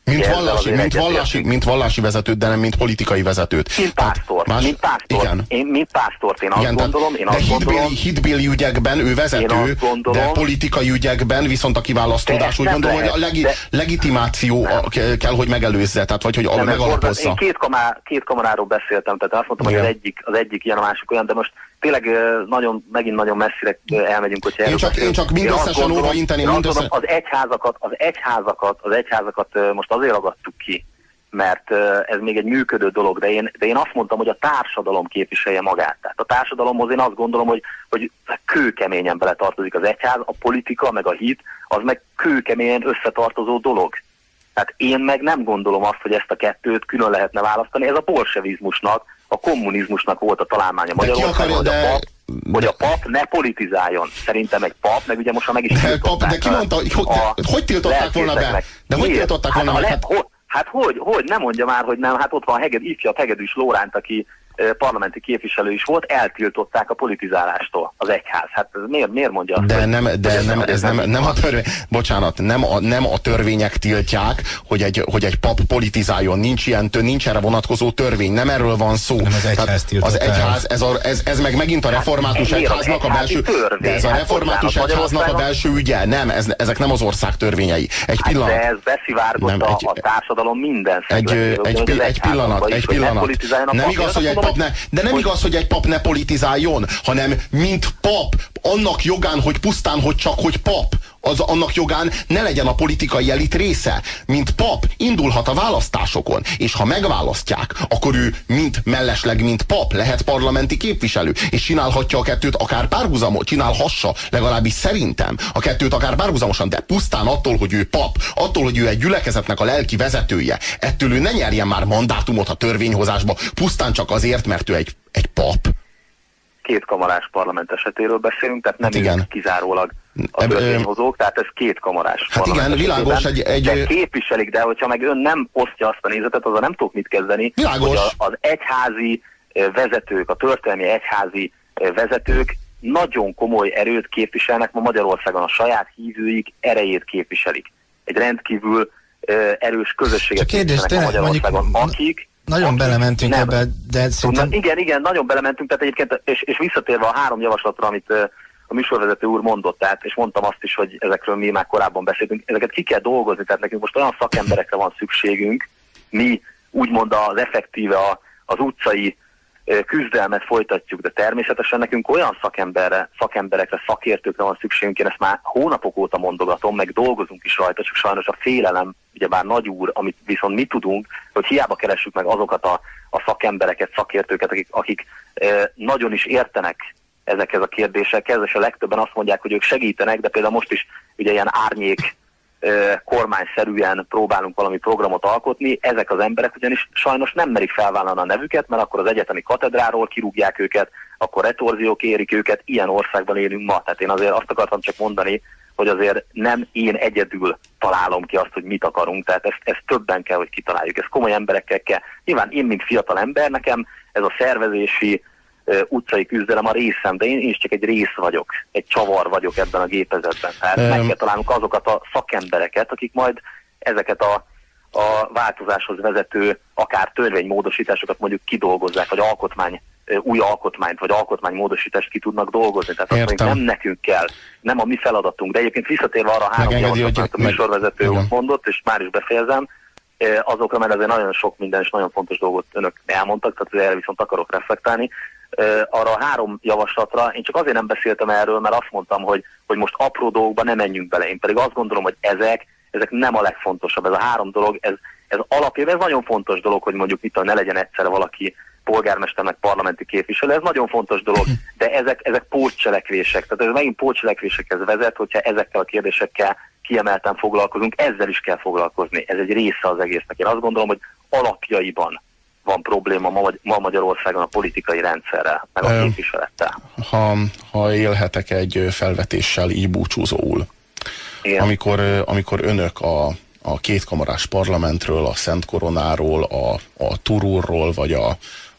Mint vallási, mint, vallási, mint vallási vezetőt, de nem mint politikai vezetőt. Mint pásztor. Más, mint pásztor. Igen. Én, mint pásztort, én azt igen, gondolom, én de azt hitbéli, gondolom... hitbéli ügyekben ő vezető, gondolom, de politikai ügyekben viszont a kiválasztódás úgy gondolom, lehet, hogy a legi, de, legitimáció a, kell, hogy megelőzze, tehát vagy hogy a, megalapozza. Én két, kamá, két kamaráról beszéltem, tehát azt mondtam, igen, hogy az egyik, az egyik ilyen, a másik olyan, de most tényleg nagyon, megint nagyon messzire elmegyünk, hogyha én csak, én csak mindösszesen óvainteni, mindösszesen... Az egyházakat, az egyházakat, az egyházakat most azért ragadtuk ki, mert ez még egy működő dolog, de én, de én azt mondtam, hogy a társadalom képviselje magát. Tehát a társadalomhoz én azt gondolom, hogy, hogy kőkeményen beletartozik az egyház, a politika, meg a hit, az meg kőkeményen összetartozó dolog. Tehát én meg nem gondolom azt, hogy ezt a kettőt külön lehetne választani. Ez a bolsevizmusnak, a kommunizmusnak volt a találmánya Magyarországon, hogy, de... a pap, hogy a pap ne politizáljon. Szerintem egy pap, meg ugye most már meg is tiltották. De ki mondta, hogy, hogy tiltották volna be? De hogy tiltották volna meg? Hát hogy, hogy, nem mondja már, hogy nem, hát ott van a Heged, ifjabb Hegedűs Lóránt, aki e, parlamenti képviselő is volt, eltiltották a politizálástól az egyház. Hát miért, miért mondja azt? De hogy, nem, de ez, nem, ez nem, nem, nem a törvény, bocsánat, nem a, nem a törvények tiltják, hogy egy, hogy egy pap politizáljon, nincs ilyen, nincs erre vonatkozó törvény, nem erről van szó. Nem az egyház az egyház, ez, a, ez, ez meg megint a református hát, egyháznak a belső, de ez a református hát, egyháznak a belső ügye, nem, ez, ezek nem az ország törvényei. Egy pillanat. Hát de ez beszivárgott a, a társadalom minden szegletéből. Egy, egy, egy pillanat, egy pillanat. Nem igaz, hogy egy pap ne, de nem igaz, hogy egy pap ne politizáljon, hanem mint pap, annak jogán, hogy pusztán, hogy csak, hogy pap, az annak jogán ne legyen a politikai elit része. Mint pap indulhat a választásokon, és ha megválasztják, akkor ő mint mellesleg, mint pap lehet parlamenti képviselő, és csinálhatja a kettőt akár párhuzamos, csinálhassa, legalábbis szerintem a kettőt akár párhuzamosan, de pusztán attól, hogy ő pap, attól, hogy ő egy gyülekezetnek a lelki vezetője, ettől ő ne nyerjen már mandátumot a törvényhozásba, pusztán csak azért, mert ő egy, egy pap. Kétkamarás parlament esetéről beszélünk, tehát nem igen. Kizárólag a törvényhozók, tehát ez kétkamarás. Hát igen, világos egy, egy... De képviselik, de hogyha meg ön nem osztja azt a nézetet, azzal nem tudok mit kezdeni, világos. Hogy a, az egyházi vezetők, a történelmi egyházi vezetők nagyon komoly erőt képviselnek ma Magyarországon, a saját hívőik erejét képviselik. Egy rendkívül erős közösséget képviselnek ma Magyarországon, akik nagyon akik belementünk nem, ebbe, de szerintem... Igen, igen, nagyon belementünk, tehát egyébként, és, és visszatérve a három javaslatra, amit uh, a műsorvezető úr mondott, tehát, és mondtam azt is, hogy ezekről mi már korábban beszéltünk, ezeket ki kell dolgozni, tehát nekünk most olyan szakemberekre van szükségünk, mi úgymond az effektíve a, az utcai uh, küzdelmet folytatjuk, de természetesen nekünk olyan szakemberre, szakemberekre, szakértőkre van szükségünk, én ezt már hónapok óta mondogatom, meg dolgozunk is rajta, csak sajnos a félelem ugyebár nagy úr, amit viszont mi tudunk, hogy hiába keressük meg azokat a, a szakembereket, szakértőket, akik, akik e, nagyon is értenek ezekhez a kérdésekhez, és a legtöbben azt mondják, hogy ők segítenek, de például most is ugye ilyen árnyék e, kormányszerűen próbálunk valami programot alkotni, ezek az emberek ugyanis sajnos nem merik felvállalni a nevüket, mert akkor az egyetemi katedráról kirúgják őket, akkor retorziók érik őket, ilyen országban élünk ma. Tehát én azért azt akartam csak mondani, hogy azért nem én egyedül találom ki azt, hogy mit akarunk, tehát ezt, ezt többen kell, hogy kitaláljuk, ezt komoly emberekkel kell. Nyilván én, mint fiatal ember, nekem ez a szervezési uh, utcai küzdelem a részem, de én, én is csak egy rész vagyok, egy csavar vagyok ebben a gépezetben. Tehát um. meg kell találnunk azokat a szakembereket, akik majd ezeket a, a változáshoz vezető akár törvénymódosításokat mondjuk kidolgozzák, vagy alkotmány új alkotmányt, vagy alkotmánymódosítást ki tudnak dolgozni. Tehát azt mondjuk, nem nekünk kell, nem a mi feladatunk. De egyébként visszatérve arra a három javaslatot, a műsorvezető meg... mondott, és már is befejezem, azokra, mert azért nagyon sok minden és nagyon fontos dolgot önök elmondtak, tehát erre viszont akarok reflektálni. Arra a három javaslatra én csak azért nem beszéltem erről, mert azt mondtam, hogy, hogy most apró dolgokba ne menjünk bele. Én pedig azt gondolom, hogy ezek, ezek nem a legfontosabb. Ez a három dolog, ez, ez alapjában, ez nagyon fontos dolog, hogy mondjuk mit ne legyen egyszerre valaki polgármester meg parlamenti képviselő, ez nagyon fontos dolog, de ezek, ezek pótcselekvések, tehát ez megint pótcselekvésekhez vezet, hogyha ezekkel a kérdésekkel kiemelten foglalkozunk, ezzel is kell foglalkozni, ez egy része az egésznek. Én azt gondolom, hogy alapjaiban van probléma ma, ma Magyarországon a politikai rendszerrel, meg a képviselettel. Ha, ha élhetek egy felvetéssel így búcsúzóul, amikor, amikor önök a a kétkamarás parlamentről, a Szent Koronáról, a, a turulról, vagy a,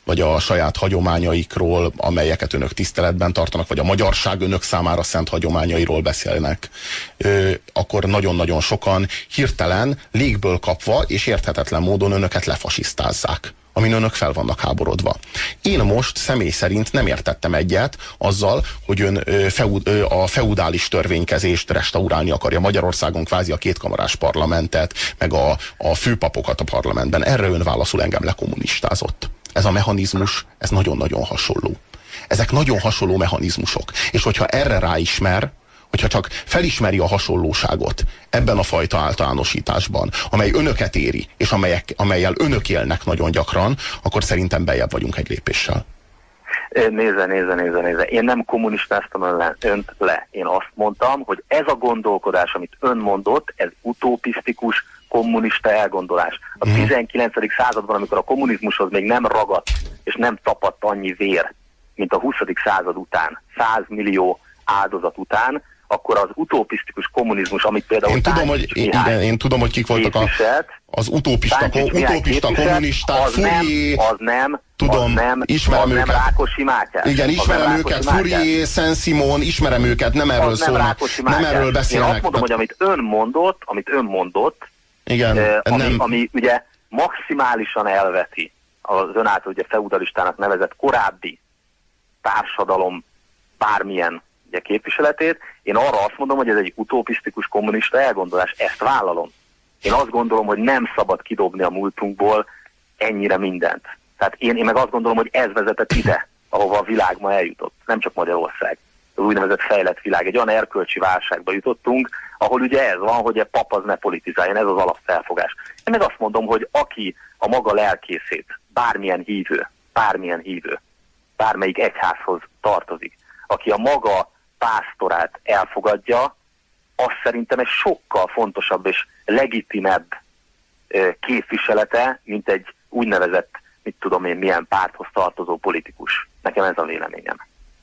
vagy a saját hagyományaikról, amelyeket önök tiszteletben tartanak, vagy a magyarság önök számára szent hagyományairól beszélnek, ö, akkor nagyon-nagyon sokan hirtelen légből kapva és érthetetlen módon önöket lefasisztázzák, amin önök fel vannak háborodva. Én most személy szerint nem értettem egyet azzal, hogy ön ö, feud, ö, a feudális törvénykezést restaurálni akarja Magyarországon, kvázi a kétkamarás parlamentet, meg a, a főpapokat a parlamentben. Erre ön válaszul engem lekommunistázott. Ez a mechanizmus, ez nagyon-nagyon hasonló. Ezek nagyon hasonló mechanizmusok. És hogyha erre ráismer, hogyha csak felismeri a hasonlóságot ebben a fajta általánosításban, amely önöket éri, és amelyek, amelyel önök élnek nagyon gyakran, akkor szerintem beljebb vagyunk egy lépéssel. Nézze, nézze, nézze, nézze. Én nem kommunistáztam önt le. Én azt mondtam, hogy ez a gondolkodás, amit ön mondott, ez utopisztikus, kommunista elgondolás. A tizenkilencedik században, amikor a kommunizmushoz még nem ragadt, és nem tapadt annyi vér, mint a huszadik század után, száz millió áldozat után, akkor az utopisztikus kommunizmus, amit például én tudom, hogy, igen, én tudom, hogy kik voltak a, az utopista, utopista kommunisták, Fourier, az nem, tudom, az nem, ismerem az őket. nem Rákosi Mátyás. Igen, ismerem őket, Fourier, Saint-Simon, ismerem őket, nem erről szólnak, nem erről beszélnek. Én azt mondom, hogy amit ön mondott, amit ön mondott, igen, eh, ami, nem. ami ugye maximálisan elveti az ön által ugye feudalistának nevezett korábbi társadalom bármilyen ugye, képviseletét, én arra azt mondom, hogy ez egy utopisztikus kommunista elgondolás, ezt vállalom. Én azt gondolom, hogy nem szabad kidobni a múltunkból ennyire mindent. Tehát én, én meg azt gondolom, hogy ez vezetett ide, ahova a világ ma eljutott, nem csak Magyarország. Az úgynevezett fejlett világ, egy olyan erkölcsi válságba jutottunk, ahol ugye ez van, hogy a pap az ne politizáljon, ez az alapfelfogás. Én meg azt mondom, hogy aki a maga lelkészét, bármilyen hívő, bármilyen hívő, bármelyik egyházhoz tartozik, aki a maga pásztorát elfogadja, az szerintem egy sokkal fontosabb és legitimebb képviselete, mint egy úgynevezett, mit tudom én, milyen párthoz tartozó politikus. Nekem ez a véleményem.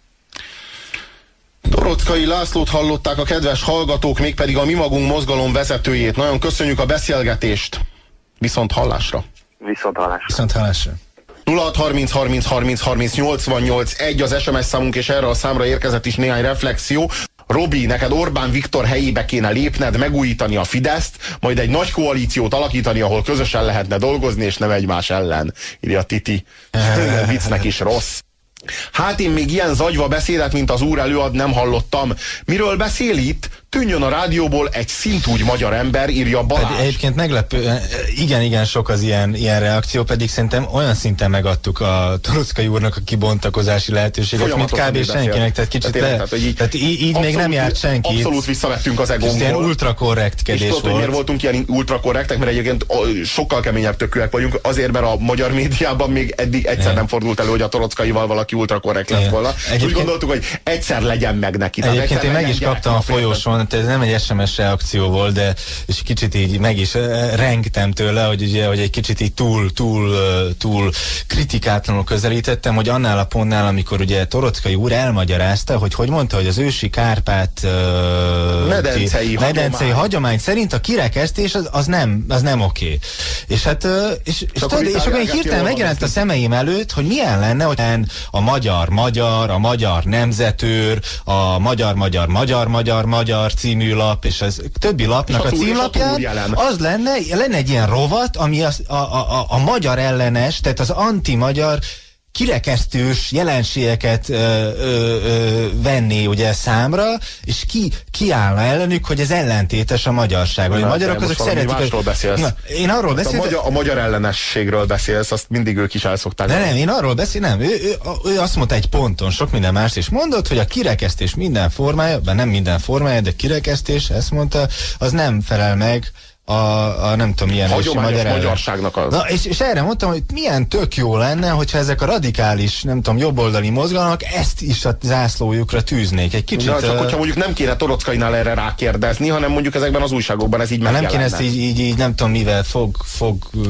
Toroczkai Lászlót hallották a kedves hallgatók, mégpedig a Mi Magunk mozgalom vezetőjét. Nagyon köszönjük a beszélgetést. Viszont hallásra. Viszont hallásra. Viszont hallásra. nulla hat harminc harminc harminc harminc nyolcvannyolc egy az es em es számunk, és erre a számra érkezett is néhány reflexió. Robi, neked Orbán Viktor helyébe kéne lépned, megújítani a Fideszt, majd egy nagy koalíciót alakítani, ahol közösen lehetne dolgozni, és nem egymás ellen, írja Titi. Viccnek is rossz. Hát én még ilyen zagyva beszédet, mint az úr előad, nem hallottam. Miről beszél itt? Tűnjön a rádióból egy szintúgy magyar ember, írja Balázs. Pedig egyébként meglepő, igen, igen sok az ilyen, ilyen reakció, pedig szerintem olyan szinten megadtuk a Toroczkai úrnak a kibontakozási lehetőséget, mint kb. Senkinek, tehát kicsit tehát, le, tehát, így, tehát így, így még nem járt senki. Abszolút visszavettünk az egónkból. Ilyen ultrakorrektkedés volt. És tudod, hogy miért voltunk ilyen ultrakorrektek, mert egyébként sokkal keményebb tökűek vagyunk, azért, mert a magyar médiában még eddig egyszer yeah. nem fordult elő, hogy a Toroczkaival valaki ultrakorrekt lett volna. Yeah. Úgy gondoltuk, hogy egyszer legyen meg neki. Egyébként én meg is kaptam a folyosón, ez nem egy es em es reakció volt, de és kicsit így meg is rengtem tőle, hogy ugye, hogy egy kicsit így túl, túl, túl kritikátlanul közelítettem, hogy annál a pontnál, amikor ugye Toroczkai úr elmagyarázta, hogy hogy mondta, hogy az ősi Kárpát uh, medencei, medencei hagyomány. hagyomány szerint a kirekesztés az, az nem, az nem oké. Okay. És hát uh, és, és, tudod, és akkor egy hirtelen megjelent a szemeim előtt, hogy milyen lenne, hogy a magyar-magyar, a magyar nemzetőr, a magyar-magyar-magyar-magyar-magyar című lap, és az többi lapnak a, a címlapján az lenne, lenne egy ilyen rovat, ami az, a, a, a, a magyar ellenes, tehát az anti-magyar kirekesztős jelenségeket ö, ö, ö, venné ugye számra, és ki kiállna ellenük, hogy ez ellentétes a magyarsággal. A magyarok azok szeretik... Másról beszélsz. Na, én arról beszélek... A magyar, a magyar ellenességről beszélsz, azt mindig ők is el szokták. De nem, én arról beszélek, nem. Ő, ő, ő azt mondta egy ponton, sok minden mást is mondott, hogy a kirekesztés minden formája, bár nem minden formája, de kirekesztés, ezt mondta, az nem felel meg A, a nem tudom milyen hagyományos magyarságnak az. Na, és, és erre mondtam, hogy milyen tök jó lenne, hogyha ezek a radikális, nem tudom, jobboldali mozgalmak ezt is a zászlójukra tűznék. Egy kicsit... Na, csak uh, hogyha mondjuk nem kéne Toroczkainál erre rákérdezni, hanem mondjuk ezekben az újságokban ez így megjelenne. Nem kéne ezt így, így, így nem tudom mivel fog, fog uh,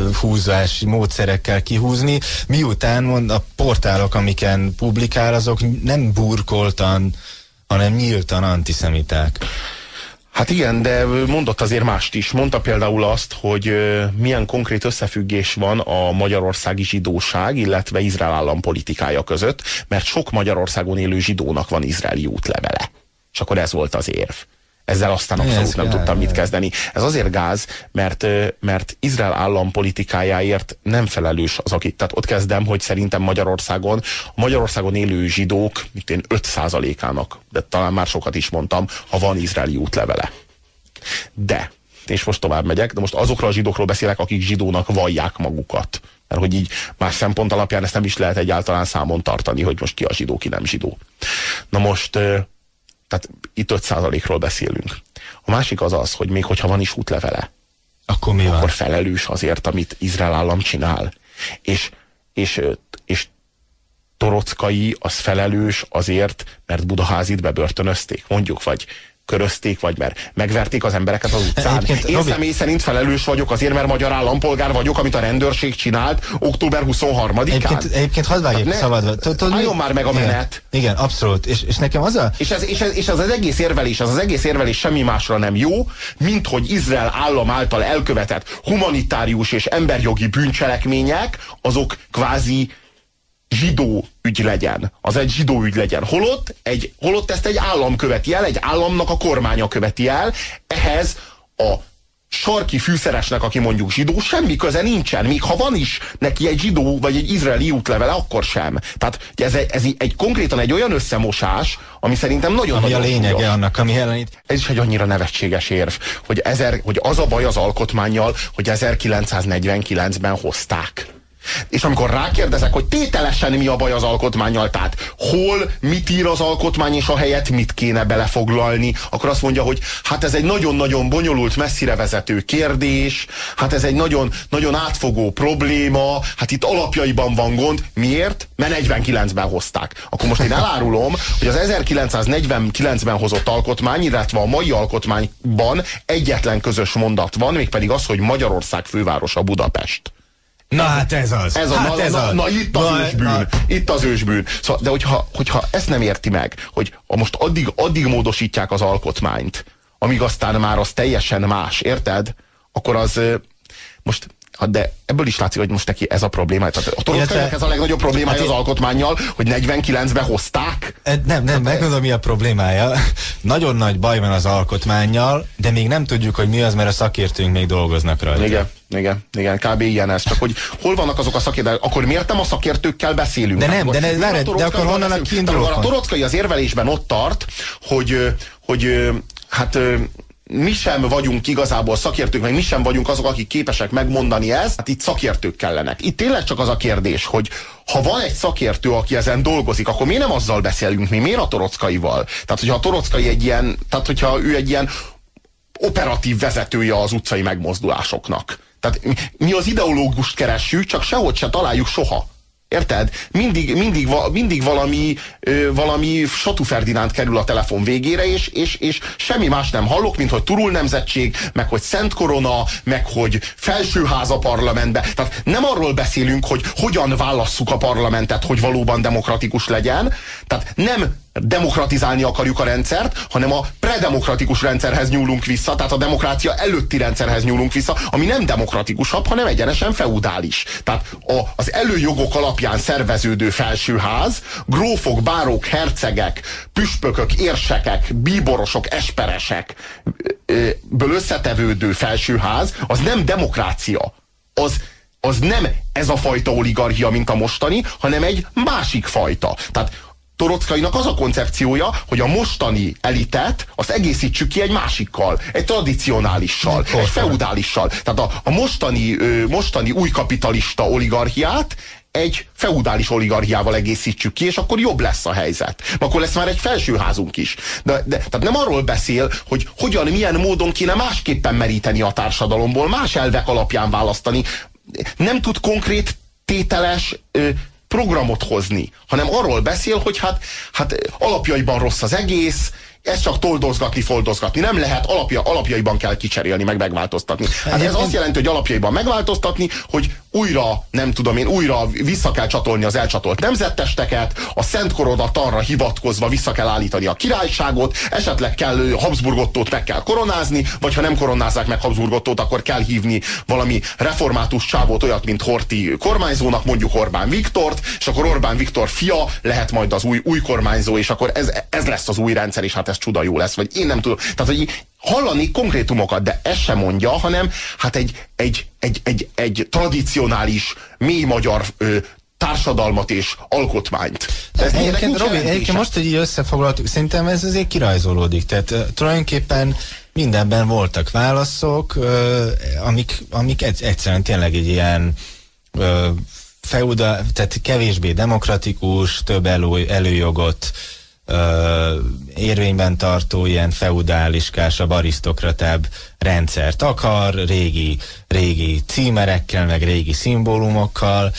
húzási módszerekkel kihúzni, miután mond, a portálok, amiken publikál, azok nem burkoltan, hanem nyíltan antiszemiták. Hát igen, de mondott azért mást is. Mondta például azt, hogy milyen konkrét összefüggés van a magyarországi zsidóság, illetve Izrael állam politikája között, mert sok Magyarországon élő zsidónak van izraeli útlevele. És akkor ez volt az érv. Ezzel aztán abszolút ez nem gáz, tudtam mit kezdeni. Ez azért gáz, mert, mert Izrael állam politikájáért nem felelős az, aki. Tehát ott kezdem, hogy szerintem Magyarországon, a Magyarországon élő zsidók, mint én öt százalékának, de talán már sokat is mondtam, ha van izraeli útlevele. De, és most tovább megyek, de most azokról a zsidókról beszélek, akik zsidónak vallják magukat. Mert hogy így más szempont alapján ezt nem is lehet egyáltalán számon tartani, hogy most ki a zsidó, ki nem zsidó. Na most... Tehát itt öt százalékról beszélünk. A másik az az, hogy még hogyha van is útlevele, akkor, mi akkor van? felelős azért, amit Izrael állam csinál. És, és, és Torockai az felelős azért, mert Budaházit bebörtönözték, mondjuk, vagy körözték, vagy mert megverték az embereket az utcán. Egyébként, Én Robi... személy szerint felelős vagyok azért, mert magyar állampolgár vagyok, amit a rendőrség csinált október huszonharmadikán. Egyébként, egyébként hadd vágjuk szabadba. Álljon már meg a menet. Igen, igen, abszolút. És, és nekem az a... És ez, és, ez, és az, az egész érvelés, az az egész érvelés semmi másra nem jó, mint hogy Izrael állam által elkövetett humanitárius és emberjogi bűncselekmények, azok kvázi zsidó ügy legyen. Az egy zsidó ügy legyen. Holott, egy, holott ezt egy állam követi el, egy államnak a kormánya követi el. Ehhez a sarki fűszeresnek, aki mondjuk zsidó, semmi köze nincsen. Még ha van is neki egy zsidó vagy egy izraeli útlevele, akkor sem. Tehát ez, ez egy konkrétan egy olyan összemosás, ami szerintem nagyon-nagyon Ami a lényege súlyos. Annak, ami ellenít. Ez is egy annyira nevetséges érv, hogy, ezer, hogy az a baj az alkotmánnyal, hogy ezerkilencszáznegyvenkilencben hozták. És amikor rákérdezek, hogy tételesen mi a baj az alkotmánnyal, tehát hol, mit ír az alkotmány, és a helyet mit kéne belefoglalni, akkor azt mondja, hogy hát ez egy nagyon-nagyon bonyolult, messzire vezető kérdés, hát ez egy nagyon, nagyon átfogó probléma, hát itt alapjaiban van gond. Miért? Mert negyvenkilencben hozták. Akkor most én elárulom, hogy az ezerkilencszáznegyvenkilencben hozott alkotmány, illetve a mai alkotmányban egyetlen közös mondat van, mégpedig az, hogy Magyarország fővárosa Budapest. Na hát ez az. Ez a, hát na, ez na, az. na itt az na, ősbűn. Na. Itt az ősbűn. Szóval, de hogyha, hogyha ezt nem érti meg, hogy most addig, addig módosítják az alkotmányt, amíg aztán már az teljesen más, érted? Akkor az most, de ebből is látszik, hogy most neki ez a probléma. Tehát a Torockainak ez a legnagyobb problémája hát az alkotmánnyal, hogy negyvenkilencben hozták. Nem, nem, megmondom, mi a problémája. Nagyon nagy baj van az alkotmánnyal, de még nem tudjuk, hogy mi az, mert a szakértőink még dolgoznak rajta. Igen, igen, igen, kb. Ilyen ez. Csak hogy hol vannak azok a szakértők, akkor miért nem a szakértőkkel beszélünk? De nem, akkor, de, ne, várj, de akkor honnan a kiindulók van? A Torockai az érvelésben ott tart, hogy, hogy hát mi sem vagyunk igazából szakértők, meg mi sem vagyunk azok, akik képesek megmondani ezt, hát itt szakértők kellenek. Itt tényleg csak az a kérdés, hogy ha van egy szakértő, aki ezen dolgozik, akkor miért nem azzal beszélünk mi? Miért a Torockaival? Tehát, hogyha a Torockai egy ilyen, tehát, hogyha ő egy ilyen operatív vezetője az utcai megmozdulásoknak. Tehát mi az ideológust keressük, csak sehogy se találjuk soha. Érted? Mindig, mindig, mindig valami, ö, valami Satu Ferdinánd kerül a telefon végére, és, és, és semmi más nem hallok, mint hogy Turul nemzetség, meg hogy Szent Korona, meg hogy felsőház a parlamentbe. Tehát nem arról beszélünk, hogy hogyan válasszuk a parlamentet, hogy valóban demokratikus legyen. Tehát nem demokratizálni akarjuk a rendszert, hanem a predemokratikus rendszerhez nyúlunk vissza, tehát a demokrácia előtti rendszerhez nyúlunk vissza, ami nem demokratikusabb, hanem egyenesen feudális. Tehát a, az előjogok alapján szerveződő felsőház, grófok, bárók, hercegek, püspökök, érsekek, bíborosok, esperesek ből összetevődő felsőház, az nem demokrácia. Az, az nem ez a fajta oligarchia, mint a mostani, hanem egy másik fajta. Tehát Torockainak az a koncepciója, hogy a mostani elitet azt egészítsük ki egy másikkal, egy tradicionálissal, egy feudálissal. Tehát a, a mostani, ö, mostani új kapitalista oligarchiát egy feudális oligarchiával egészítsük ki, és akkor jobb lesz a helyzet. Akkor lesz már egy felsőházunk is. De, de, tehát nem arról beszél, hogy hogyan, milyen módon kéne másképpen meríteni a társadalomból, más elvek alapján választani. Nem tud konkrét tételes ö, programot hozni, hanem arról beszél, hogy hát, hát alapjaiban rossz az egész, ezt csak toldozgatni, foldozgatni nem lehet, alapja, alapjaiban kell kicserélni, meg megváltoztatni. Hát ez azt jelenti, hogy alapjaiban megváltoztatni, hogy újra, nem tudom én, újra vissza kell csatolni az elcsatolt nemzettesteket, a Szent Korodat arra hivatkozva vissza kell állítani a királyságot, esetleg kell Habsburg-Ottót meg kell koronázni, vagy ha nem koronázzák meg Habsburg-Ottót, akkor kell hívni valami református csávót, olyat, mint Horthy kormányzónak, mondjuk Orbán Viktort, és akkor Orbán Viktor fia lehet majd az új, új kormányzó, és akkor ez, ez lesz az új rendszer, és hát ez csuda jó lesz, vagy én nem tudom. Tehát, hogy hallani konkrétumokat, de ezt sem mondja, hanem hát egy, egy, egy, egy, egy tradicionális, mély magyar ö, társadalmat és alkotmányt. Ez egyébként, Robi, egyébként most, hogy így összefoglaltuk, szerintem ez azért kirajzolódik. Tehát uh, tulajdonképpen mindenben voltak válaszok, uh, amik, amik egyszerűen tényleg egy ilyen uh, feuda, tehát kevésbé demokratikus, több elő, előjogot uh, érvényben tartó, ilyen feudáliskásabb, arisztokratább rendszert akar, régi, régi címerekkel, meg régi szimbólumokkal.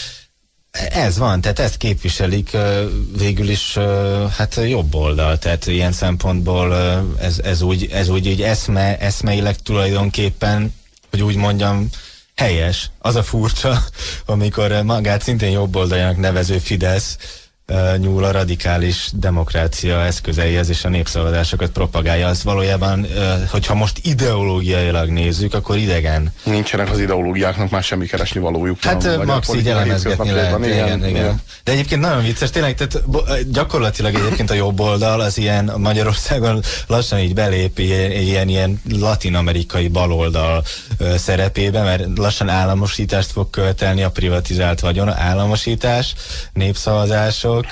Ez van, tehát ezt képviselik uh, végül is uh, hát jobb oldal, tehát ilyen szempontból uh, ez, ez úgy, ez úgy így eszme, eszmeileg tulajdonképpen, hogy úgy mondjam, helyes. Az a furcsa, amikor magát szintén jobb oldaljának nevező Fidesz uh, nyúl a radikális demokrácia eszközeihez és a népszavazásokat propagálja. Az valójában, uh, hogyha most ideológiailag nézzük, akkor idegen. Nincsenek az ideológiáknak már semmi keresni valójuk. Hát uh, max így elemezgetni lehet. Igen, igen, igen. Igen. De egyébként nagyon vicces, tényleg, tehát gyakorlatilag egyébként a jobb oldal az ilyen Magyarországon lassan így belép ilyen, ilyen, ilyen latin-amerikai baloldal uh, szerepébe, mert lassan államosítást fog követelni, a privatizált vagyon, államosítás, népszavazások,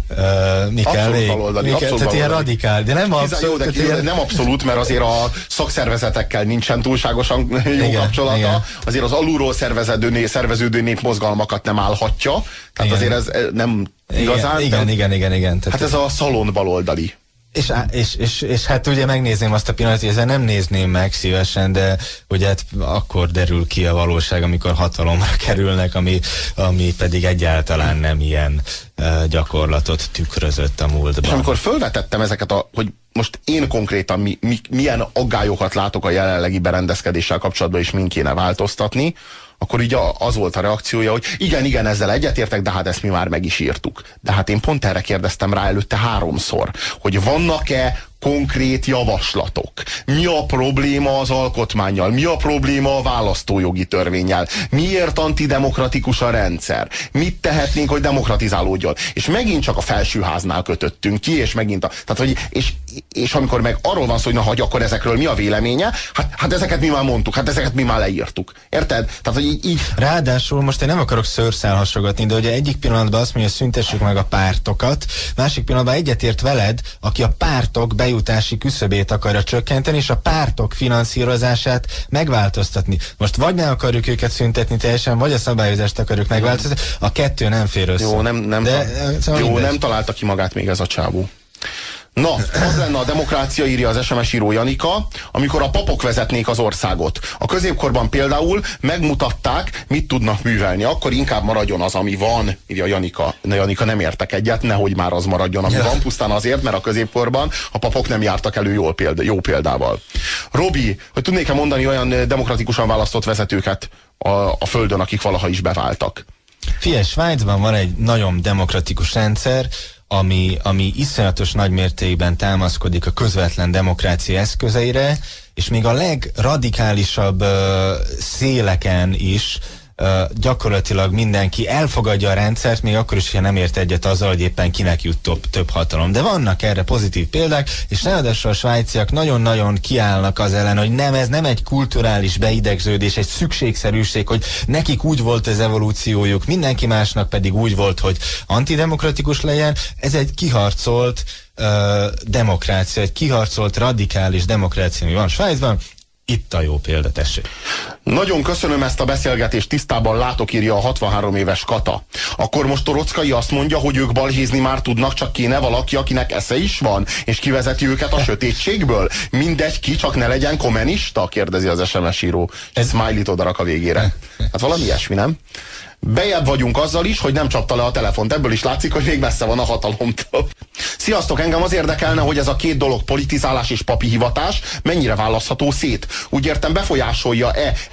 uh, mi kell még? Baloldali, mi kell? Tehát ilyen radikál, de nem abszolút. Jó, de ilyen... nem abszolút, mert azért a szakszervezetekkel nincsen túlságosan jó igen, kapcsolata, igen. Azért az alulról szerveződő, szerveződő népmozgalmakat nem állhatja, tehát igen. Azért ez nem igazán. Igen, de... igen, igen, igen. Hát ez a szalon baloldali. És, és, és, és hát ugye megnézném azt a pillanatot, hogy ezzel nem nézném meg szívesen, de ugye hát akkor derül ki a valóság, amikor hatalomra kerülnek, ami, ami pedig egyáltalán nem ilyen uh, gyakorlatot tükrözött a múltban. És amikor fölvetettem ezeket, a, hogy most én konkrétan mi, mi, milyen aggályokat látok a jelenlegi berendezkedéssel kapcsolatban, és min kéne változtatni, akkor így az volt a reakciója, hogy igen, igen, ezzel egyetértek, de hát ezt mi már meg is írtuk. De hát én pont erre kérdeztem rá előtte háromszor, hogy vannak-e konkrét javaslatok. Mi a probléma az alkotmánnyal? Mi a probléma a választójogi törvénnyel? Miért antidemokratikus a rendszer? Mit tehetnénk, hogy demokratizálódjon? És megint csak a felsőháznál kötöttünk ki, és megint a... Tehát, hogy, és, és amikor meg arról van szó, hogy na, hogy akkor ezekről mi a véleménye, hát, hát ezeket mi már mondtuk, hát ezeket mi már leírtuk. Érted? Tehát, hogy így, így... Ráadásul most én nem akarok szőrszál hasogatni, de ugye egyik pillanatban azt mondja, hogy szüntessük meg a pártokat, másik pillanatban egyetért veled, aki a pártok bejutási küszöbét akarja csökkenteni, és a pártok finanszírozását megváltoztatni. Most vagy ne akarjuk őket szüntetni teljesen, vagy a szabályozást akarjuk megváltoztatni. A kettő nem fér össze. Jó, nem, nem, De, szóval jó, nem találta ki magát még ez a csávó. Na, az lenne a demokrácia, írja az es em es író Janika, amikor a papok vezetnék az országot. A középkorban például megmutatták, mit tudnak művelni. Akkor inkább maradjon az, ami van, írja Janika. Ne, Janika, nem értek egyet, nehogy már az maradjon, ami ja. van, pusztán azért, mert a középkorban a papok nem jártak elő jól példa, jó példával. Robi, hogy tudnék-e mondani olyan demokratikusan választott vezetőket a, a földön, akik valaha is beváltak? Figyelj, Svájcban van egy nagyon demokratikus rendszer, ami, ami iszonyatos nagymértékben támaszkodik a közvetlen demokrácia eszközeire, és még a legradikálisabb uh, széleken is uh, gyakorlatilag mindenki elfogadja a rendszert, még akkor is, ha nem ért egyet azzal, hogy éppen kinek jut több, több hatalom. De vannak erre pozitív példák, és ráadásul a svájciak nagyon-nagyon kiállnak az ellen, hogy nem, ez nem egy kulturális beidegződés, egy szükségszerűség, hogy nekik úgy volt az evolúciójuk, mindenki másnak pedig úgy volt, hogy antidemokratikus legyen. Ez egy kiharcolt uh, demokrácia, egy kiharcolt radikális demokrácia, ami van Svájcban. Itt a jó példa, tessék. Nagyon köszönöm ezt a beszélgetést, tisztában látok, írja a hatvanhárom éves Kata. Akkor most Torockai azt mondja, hogy ők balhézni már tudnak, csak kéne valaki, akinek esze is van, és kivezeti őket a sötétségből. Mindegy ki, csak ne legyen kommunista, kérdezi az es em es író. Ez smiley-t odarak a végére. Hát valami ilyesmi, nem? Bejebb vagyunk azzal is, hogy nem csapta le a telefont. Ebből is látszik, hogy még messze van a hatalomtól. Sziasztok, engem az érdekelne, hogy ez a két dolog, politizálás és papi hivatás, mennyire választható szét. Úgy értem, befolyásolja-e egy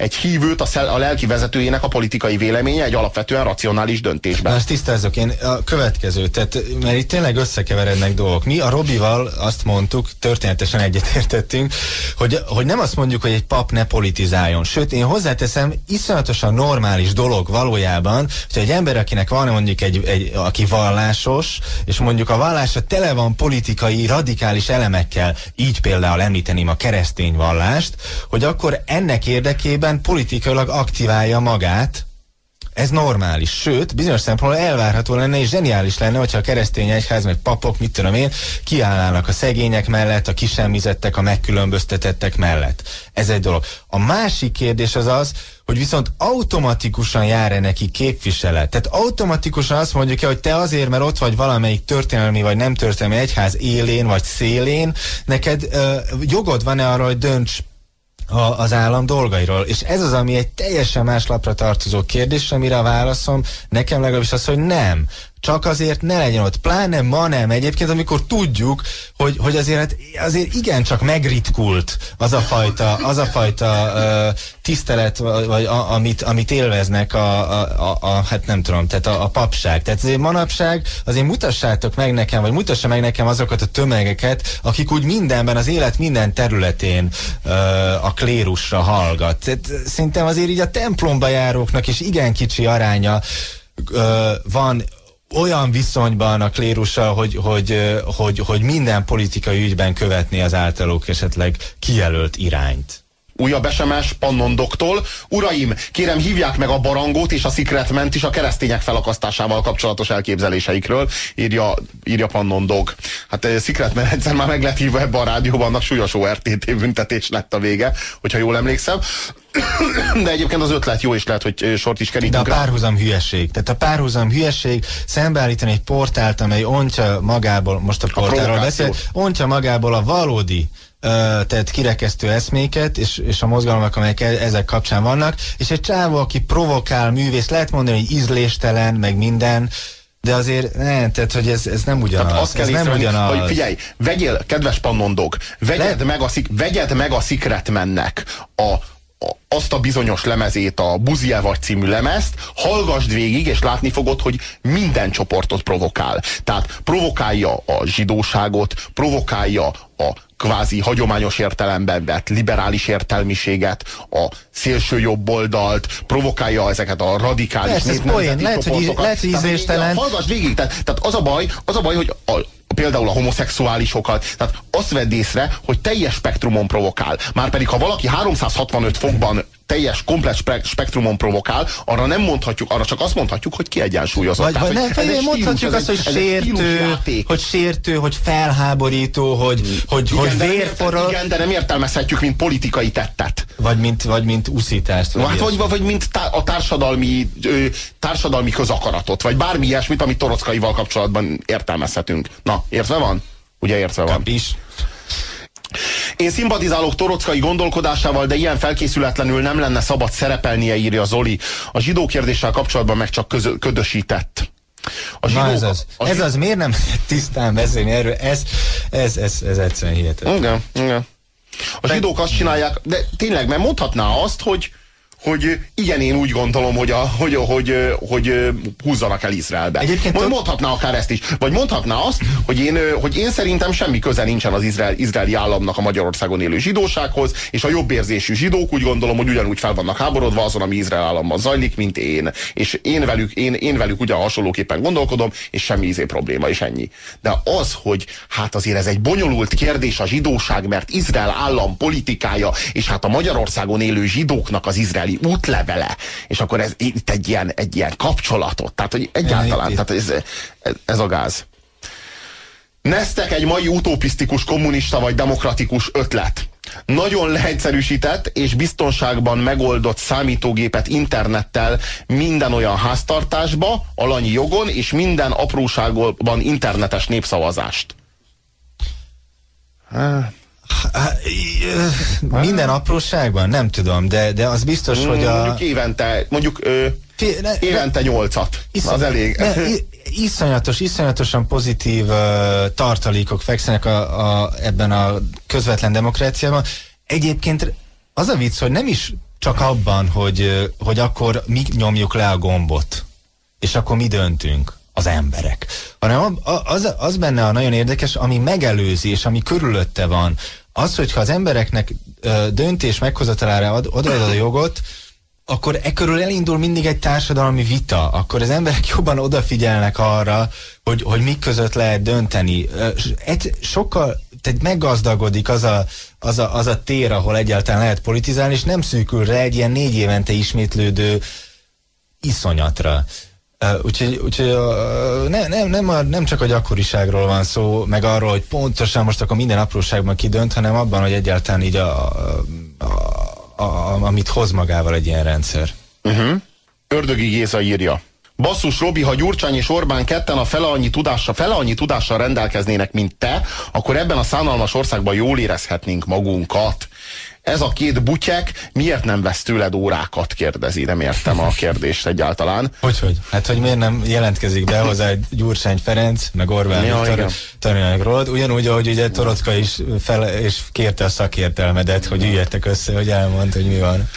egy hívőt a, szel, a lelki vezetőjének a politikai véleménye egy alapvetően racionális döntésben. Na, ezt tisztázzuk én a következő, tehát, mert itt tényleg összekeverednek dolgok. Mi a Robival azt mondtuk, történetesen egyetértettünk, hogy, hogy nem azt mondjuk, hogy egy pap ne politizáljon. Sőt, én hozzáteszem, iszonyatosan normális dolog valójában, hogy egy ember, akinek van mondjuk egy, egy aki vallásos, és mondjuk a vallása tele van politikai, radikális elemekkel, így például említeném a keresztény vallást, hogy akkor ennek érdekében politikailag aktiválja magát. Ez normális, sőt, bizonyos szempontból elvárható lenne, és zseniális lenne, hogyha a keresztény egyház, meg papok, mit tudom én, kiállnának a szegények mellett, a kisemmizettek, a megkülönböztetettek mellett. Ez egy dolog. A másik kérdés az az, hogy viszont automatikusan jár-e neki képviselet. Tehát automatikusan azt mondjuk-e, hogy te azért, mert ott vagy valamelyik történelmi vagy nem történelmi egyház élén vagy szélén, neked ö, jogod van-e arra, hogy dönts A, az állam dolgairól. És ez az, ami egy teljesen más lapra tartozó kérdés, amire a válaszom nekem legalábbis az, hogy nem. Csak azért ne legyen ott. Pláne ma nem. Egyébként, amikor tudjuk, hogy, hogy azért, azért igencsak megritkult az a fajta, az a fajta uh, tisztelet, vagy a, amit, amit élveznek a, a, a, a, hát nem tudom, tehát a, a papság. Tehát azért manapság azért mutassátok meg nekem, vagy mutassa meg nekem azokat a tömegeket, akik úgy mindenben, az élet minden területén uh, a klérusra hallgat. Tehát szerintem azért így a templomba járóknak is igen kicsi aránya uh, van olyan viszonyban a klérussal, hogy, hogy, hogy, hogy minden politikai ügyben követni az általuk esetleg kijelölt irányt. Újabb es em es Pannondoktól. Uraim, kérem hívják meg a Barangót és a Secretment is a keresztények felakasztásával kapcsolatos elképzeléseikről, írja, írja Pannondog. Hát Secretman egyszer már meg lett hívva ebbe a rádióban, annak súlyos o er té té büntetés lett a vége, hogyha jól emlékszem. De egyébként az ötlet jó, és lehet, hogy sort is kerítünk. De a párhuzam hülyeség. Tehát a párhuzam hülyeség, szembeállítani egy portált, amely ontja magából, most a portálról beszél, ontja magából a valódi Uh, tehát kirekesztő eszméket, és, és a mozgalmak, amelyek e ezek kapcsán vannak, és egy csávó, aki provokál, művész, lehet mondani, hogy ízléstelen, meg minden, de azért ne, tehát, hogy ez, ez nem ugyanaz. Tehát azt kell ez nem ugyanaz. Hogy figyelj, vegyél, kedves Pannondog, vegyed, Le... meg, a, vegyed meg a Secretmannek a azt a bizonyos lemezét, a Buzievagy című lemezt, hallgassd végig, és látni fogod, hogy minden csoportot provokál. Tehát provokálja a zsidóságot, provokálja a kvázi hagyományos értelemben vett liberális értelmiséget, a szélső jobboldalt, provokálja ezeket a radikális népnemzeti csoportokat. Lehet, hogy ízléstelen. Hallgassd végig, tehát, tehát az a baj, az a baj, hogy a, például a homoszexuálisokat, tehát azt vedd észre, hogy teljes spektrumon provokál. Márpedig, ha valaki háromszázhatvanöt fokban teljes, komplet spektrumon provokál, arra nem mondhatjuk, arra csak azt mondhatjuk, hogy kiegyensúlyozott. Vagy, vagy nem, stílus, mondhatjuk azt, hogy sértő, hogy sértő, hogy felháborító, hogy, hmm. hogy, igen, hogy vérforral. Igen, de nem értelmezhetjük, mint politikai tettet. Vagy mint, vagy mint uszítást. Vagy, hát, vagy, vagy mint tá a társadalmi, ö, társadalmi közakaratot, vagy bármi ilyesmit, amit Torockaival kapcsolatban értelmezhetünk. Na, értve van? Ugye értve van. Kapis. Én szimpatizálok Torockai gondolkodásával, de ilyen felkészületlenül nem lenne szabad szerepelnie, írja Zoli. A zsidó kérdéssel kapcsolatban meg csak közö, ködösített. A zsidók, Na ez az. A ez az, miért nem tisztán beszélni erről? Ez, ez, ez, ez egyszerűen hihetetlen. Igen, igen. A zsidók azt csinálják, de tényleg, mert mondhatná azt, hogy hogy igen, én úgy gondolom, hogy, a, hogy, hogy, hogy húzzanak el Izraelbe. Egyébként mondhatná akár ezt is. Vagy mondhatná azt, hogy én, hogy én szerintem semmi köze nincsen az izrael, izraeli államnak a Magyarországon élő zsidósághoz, és a jobbérzésű zsidók úgy gondolom, hogy ugyanúgy fel vannak háborodva azon, ami Izrael államban zajlik, mint én. És én velük, én, én velük ugyan hasonlóképpen gondolkodom, és semmi izé probléma, és ennyi. De az, hogy hát azért ez egy bonyolult kérdés a zsidóság, mert Izrael állam politikája, és hát a Magyarországon élő zsidóknak az izraeli útlevele, és akkor ez itt egy ilyen, egy ilyen kapcsolatot, tehát hogy egyáltalán, tehát ez, ez a gáz. Neztek egy mai utopisztikus kommunista vagy demokratikus ötlet. Nagyon leegyszerűsített és biztonságban megoldott számítógépet internettel minden olyan háztartásba, alanyi jogon és minden apróságban internetes népszavazást. Hát. Minden apróságban? Nem tudom, de, de az biztos, mm, hogy a... Mondjuk évente, mondjuk ö, Fé, ne, évente ne, nyolcat. Iszony, az elég. Ne, iszonyatos, iszonyatosan pozitív uh, tartalékok fekszenek a, a, ebben a közvetlen demokráciában. Egyébként az a vicc, hogy nem is csak abban, hogy, hogy akkor mi nyomjuk le a gombot, és akkor mi döntünk, az emberek. Hanem az, az benne a nagyon érdekes, ami megelőzi, és ami körülötte van. Az, hogyha az embereknek ö, döntés meghozatalára ad, odaad a jogot, akkor e körül elindul mindig egy társadalmi vita. Akkor az emberek jobban odafigyelnek arra, hogy, hogy mik között lehet dönteni. Egy, sokkal, tehát meggazdagodik az a, az, a, az a tér, ahol egyáltalán lehet politizálni, és nem szűkül rá egy ilyen négy évente ismétlődő iszonyatra. Uh, úgyhogy úgyhogy uh, ne, nem, nem, a, nem csak a gyakoriságról van szó, meg arról, hogy pontosan most akkor minden apróságban kidönt, hanem abban, hogy egyáltalán így a, a, a, a, amit hoz magával egy ilyen rendszer. Uh-huh. Ördögi Géza írja. Basszus, Robi, ha Gyurcsány és Orbán ketten a fele annyi tudással, fele annyi tudással rendelkeznének, mint te, akkor ebben a szánalmas országban jól érezhetnénk magunkat. Ez a két butyek miért nem vesz tőled órákat, kérdezi. Nem értem a kérdést egyáltalán. Hogyhogy? Hát, hogy miért nem jelentkezik be hozzá egy Gyurcsány Ferenc, meg Orbán ja, Viktor tanulják rólad, ugyanúgy, ahogy ugye Toroczka is fel, és kérte a szakértelmedet, hogy üljetek össze, hogy elmond, hogy mi van.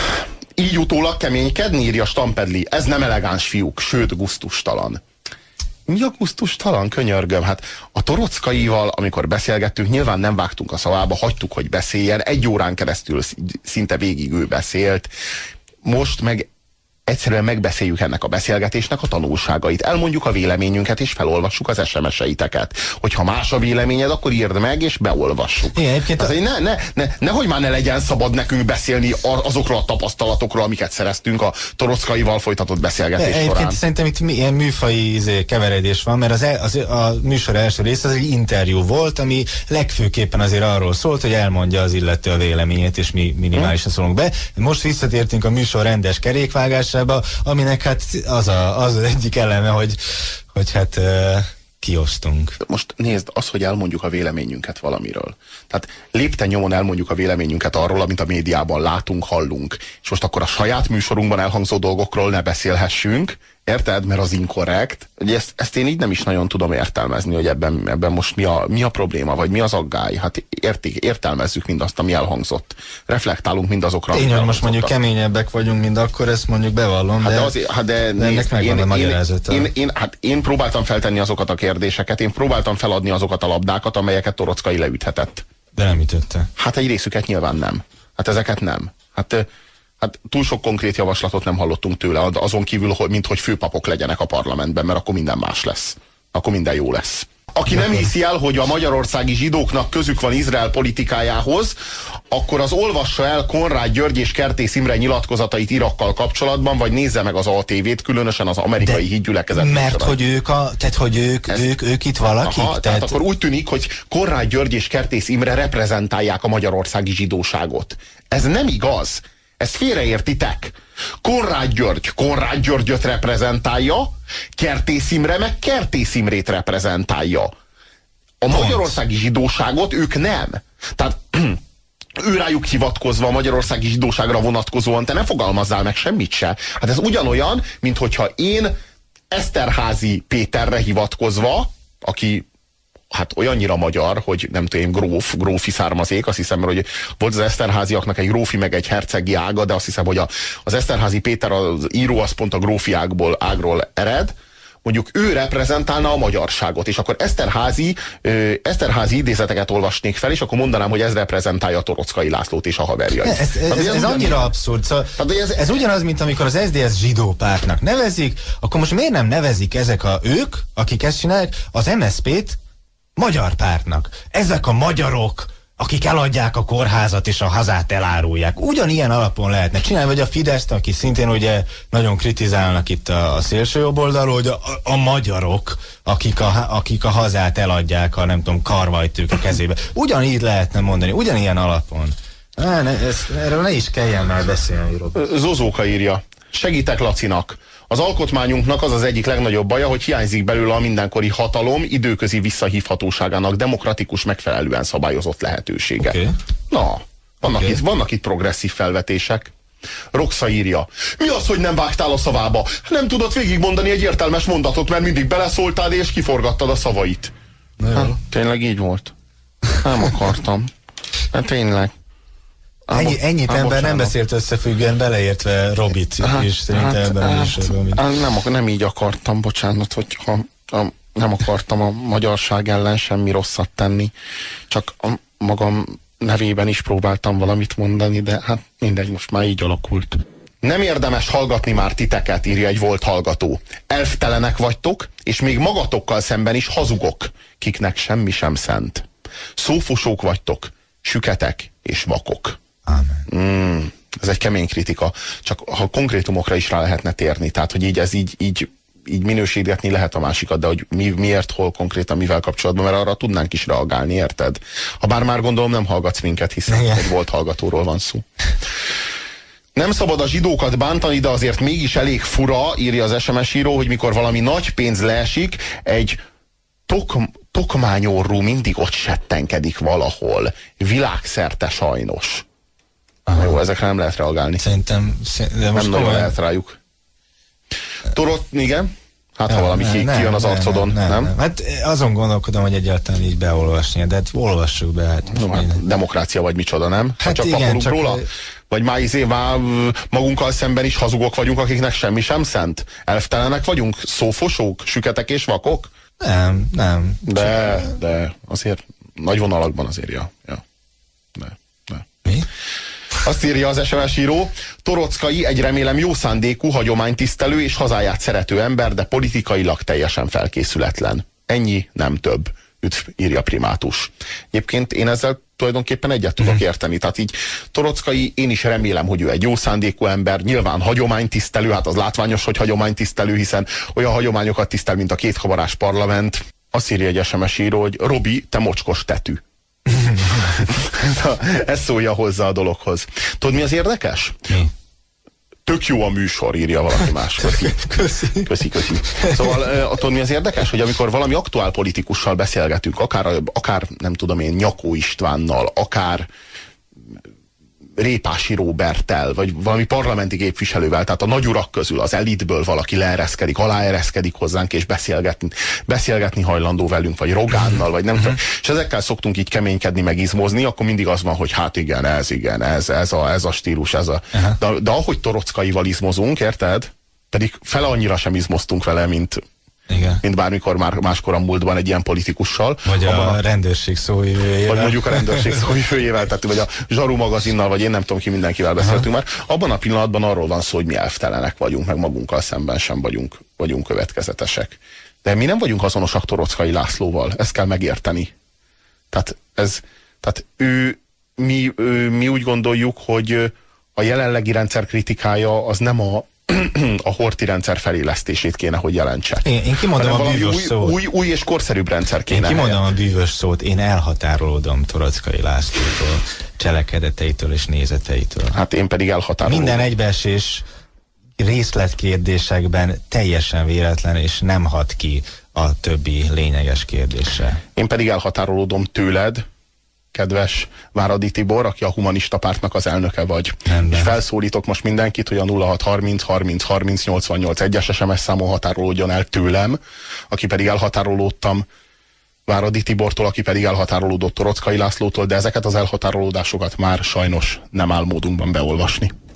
Így utólag keménykedni, írja Stampedli. Ez nem elegáns, fiúk, sőt gusztustalan. Mi a gusztustalan? Könyörgöm. Hát a Toroczkaival, amikor beszélgettünk, nyilván nem vágtunk a szavába, hagytuk, hogy beszéljen. Egy órán keresztül szinte végig ő beszélt. Most meg egyszerűen megbeszéljük ennek a beszélgetésnek a tanulságait. Elmondjuk a véleményünket, és felolvassuk az es em es-eiteket. Hogyha más a véleményed, akkor írd meg, és beolvassuk. Igen, a... ne, ne, ne, nehogy már ne legyen szabad nekünk beszélni azokról a tapasztalatokról, amiket szereztünk a Toroczkaival folytatott beszélgetés során. Egyébként szerintem itt ilyen műfai izé, keveredés van, mert az, el, az a műsor első rész az egy interjú volt, ami legfőképpen azért arról szólt, hogy elmondja az illető a véleményét, és mi minimálisan hmm. szólunk be. Most visszatértünk a műsor rendes kerékvágás, aminek hát az, a, az egyik eleme, hogy, hogy hát uh, kiosztunk. Most nézd, az, hogy elmondjuk a véleményünket valamiről. Tehát lépten nyomon elmondjuk a véleményünket arról, amit a médiában látunk, hallunk. És most akkor a saját műsorunkban elhangzó dolgokról ne beszélhessünk, érted? Mert az inkorrekt. Ezt, ezt én így nem is nagyon tudom értelmezni, hogy ebben, ebben most mi a, mi a probléma, vagy mi az aggály. Hát érték, értelmezzük mindazt, ami elhangzott. Reflektálunk mindazokra. Én, hogy most mondjuk keményebbek vagyunk, mint akkor, ezt mondjuk bevallom, hát de, de, azért, hát de, de ennek megvan a magyarázata. Én, én, én, hát én próbáltam feltenni azokat a kérdéseket, én próbáltam feladni azokat a labdákat, amelyeket Toroczkai leüthetett. De nem ütötte. Hát egy részüket nyilván nem. Hát ezeket nem. Hát Hát túl sok konkrét javaslatot nem hallottunk tőle, azon kívül, hogy, mint hogy főpapok legyenek a parlamentben, mert akkor minden más lesz. Akkor minden jó lesz. Aki nem hiszi el, hogy a magyarországi zsidóknak közük van Izrael politikájához, akkor az olvassa el Konrád György és Kertész Imre nyilatkozatait Irakkal kapcsolatban, vagy nézze meg az á té vét, különösen az amerikai hídgyülekezet. Mert műsorán. hogy ők, a, tehát, hogy ők, Ez, ők, ők itt valakik? Aha, tehát... tehát akkor úgy tűnik, hogy Konrád György és Kertész Imre reprezentálják a magyarországi zsidóságot. Ez nem igaz. Ezt félreértitek. Konrád György Konrád Györgyöt reprezentálja, Kertész Imre meg Kertész Imrét reprezentálja. A magyarországi zsidóságot ők nem. Tehát őrájuk hivatkozva a magyarországi zsidóságra vonatkozóan te ne fogalmazzál meg semmit se. Hát ez ugyanolyan, mint hogyha én Eszterházy Péterre hivatkozva, aki hát olyannyira magyar, hogy nem tudom, gróf, grófi származék, azt hiszem, hogy volt az Eszterháziaknak egy grófi meg egy hercegi ága, de azt hiszem, hogy a, az Eszterházy Péter, az író, az pont a grófi ágból, ágról ered, mondjuk ő reprezentálna a magyarságot, és akkor Eszterházy, ö, Eszterházy idézeteket olvasnék fel, és akkor mondanám, hogy ez reprezentálja a Toroczkai Lászlót és a haverjait. Ez, ez, ez, ez, ez annyira abszurd. Szóval ez, ez ugyanaz, mint amikor az es zé dé es zsidó pártnak nevezik, akkor most miért nem nevezik ezek a ők, akik ezt csinálják, az em es zé pét magyar pártnak. Ezek a magyarok, akik eladják a kórházat és a hazát elárulják. Ugyanilyen alapon lehetne csinálni, vagy a Fideszt, aki szintén ugye nagyon kritizálnak itt a, a szélső jobb oldalról, hogy a, a, a magyarok, akik a, akik a hazát eladják a nem tudom, karvajtők a kezébe. Ugyanígy lehetne mondani, ugyanilyen alapon. Á, ne, ezt, erről ne is kelljen már beszélni, Robi. Zozóka írja. Segítek Lacinak. Az alkotmányunknak az az egyik legnagyobb baja, hogy hiányzik belőle a mindenkori hatalom időközi visszahívhatóságának demokratikus, megfelelően szabályozott lehetősége. Okay. Na, vannak, okay. itt, vannak itt progresszív felvetések. Roxa írja. Mi az, hogy nem vágtál a szavába? Nem tudod végigmondani egy értelmes mondatot, mert mindig beleszóltál és kiforgattad a szavait. Hát, tényleg így volt. Nem akartam. Hát tényleg. Ennyi, ennyit hát, ember bocsánat. Nem beszélt összefüggően, beleértve Robit hát, is, szerintem hát, ebben hát, is. Hát, nem, nem így akartam, bocsánat, hogyha a, nem akartam a magyarság ellen semmi rosszat tenni, csak a magam nevében is próbáltam valamit mondani, de hát mindegy, most már így alakult. Nem érdemes hallgatni már titeket, írja egy volt hallgató. Elftelenek vagytok, és még magatokkal szemben is hazugok, kiknek semmi sem szent. Szófosók vagytok, süketek és vakok. Amen. Mm, ez egy kemény kritika, csak ha konkrétumokra is rá lehetne térni, tehát hogy így ez így, így, így minősítgetni lehet a másikat, de hogy mi, miért, hol konkrétan, mivel kapcsolatban, mert arra tudnánk is reagálni, érted? Ha bár már gondolom nem hallgatsz minket, hiszen igen. Egy volt hallgatóról van szó. Nem szabad a zsidókat bántani, de azért mégis elég fura, írja az es em es író, hogy mikor valami nagy pénz leesik, egy tok, tokmányorrú mindig ott settenkedik valahol. Világszerte sajnos. Aha. Jó, ezekre nem lehet reagálni. Szerintem, de most nem nagyon olyan... lehet rájuk. Torot, igen? Hát ja, ha valami nem, kijön az arcodon, nem, nem, nem? nem? Hát azon gondolkodom, hogy egyáltalán így beolvasni, de hát olvassuk be. Hát no, hát demokrácia vagy micsoda, nem? Hát, hát csak igen, pakolunk csak róla? Vagy már izé, már magunkkal szemben is hazugok vagyunk, akiknek semmi sem szent? Elftelenek vagyunk? Szófosók? Süketek és vakok? Nem, nem. De, csak... de azért nagy vonalakban azért, ja. ja. De, de. Mi? Azt írja az es em es író, Torockai egy remélem jó szándékú, hagyománytisztelő és hazáját szerető ember, de politikailag teljesen felkészületlen. Ennyi, nem több. Üdv, írja Primátus. Egyébként én ezzel tulajdonképpen egyet tudok érteni. Tehát így Torockai, én is remélem, hogy ő egy jó szándékú ember, nyilván hagyománytisztelő, hát az látványos, hogy hagyománytisztelő, hiszen olyan hagyományokat tisztel, mint a kétkamarás parlament. Azt írja egy es em es író, hogy Robi, te mocskos tetű. Ez szólja hozzá a dologhoz. Tudod, mi az érdekes? Mi? Tök jó a műsor, írja valaki más. Köszi. Köszi. Köszi, köszi. Szóval tudod, mi az érdekes, hogy amikor valami aktuál politikussal beszélgetünk, akár, akár nem tudom én, Nyakó Istvánnal, akár Répási Róberttel, vagy valami parlamenti képviselővel, tehát a nagyurak közül, az elitből valaki leereszkedik, aláereszkedik hozzánk, és beszélgetni, beszélgetni hajlandó velünk, vagy Rogánnal, vagy nem tudom. És ezekkel szoktunk így keménykedni, meg izmozni, akkor mindig az van, hogy hát igen, ez igen, ez, ez, a, ez a stílus, ez a... De, de ahogy Torockaival izmozunk, érted? Pedig fele annyira sem izmoztunk vele, mint... Igen. mint bármikor már máskor a múltban egy ilyen politikussal. Vagy a, a rendőrség szóvivőjével. Vagy mondjuk a rendőrség szóvivőjével, tehát vagy a Zsaru magazinnal, vagy én nem tudom ki, mindenkivel beszéltünk már. Abban a pillanatban arról van szó, hogy mi elvtelenek vagyunk, meg magunkkal szemben sem vagyunk, vagyunk következetesek. De mi nem vagyunk azonosak Torockai Lászlóval, ezt kell megérteni. Tehát, ez, tehát ő, mi, ő, mi úgy gondoljuk, hogy a jelenlegi rendszer kritikája az nem a a horthy rendszer felélesztését kéne, hogy jelentse. Én, én kimondom a bűvös új, szót. Új, új és korszerűbb rendszer kéne. Én kimondom helyen. a bűvös szót, én elhatárolódom Torockai Lászlótól, cselekedeteitől és nézeteitől. Hát én pedig elhatárolódom. Minden egybeesés részletkérdésekben teljesen véletlen, és nem hat ki a többi lényeges kérdésre. Én pedig elhatárolódom tőled, kedves Váradi Tibor, aki a Humanista Pártnak az elnöke vagy. Rendben. És felszólítok most mindenkit, hogy a nulla hat harminc harminc harminc nyolcvannyolc egyes es em es számon határolódjon el tőlem, aki pedig elhatárolódtam Váradi Tibortól, aki pedig elhatárolódott Torockai Lászlótól, de ezeket az elhatárolódásokat már sajnos nem áll módunkban beolvasni.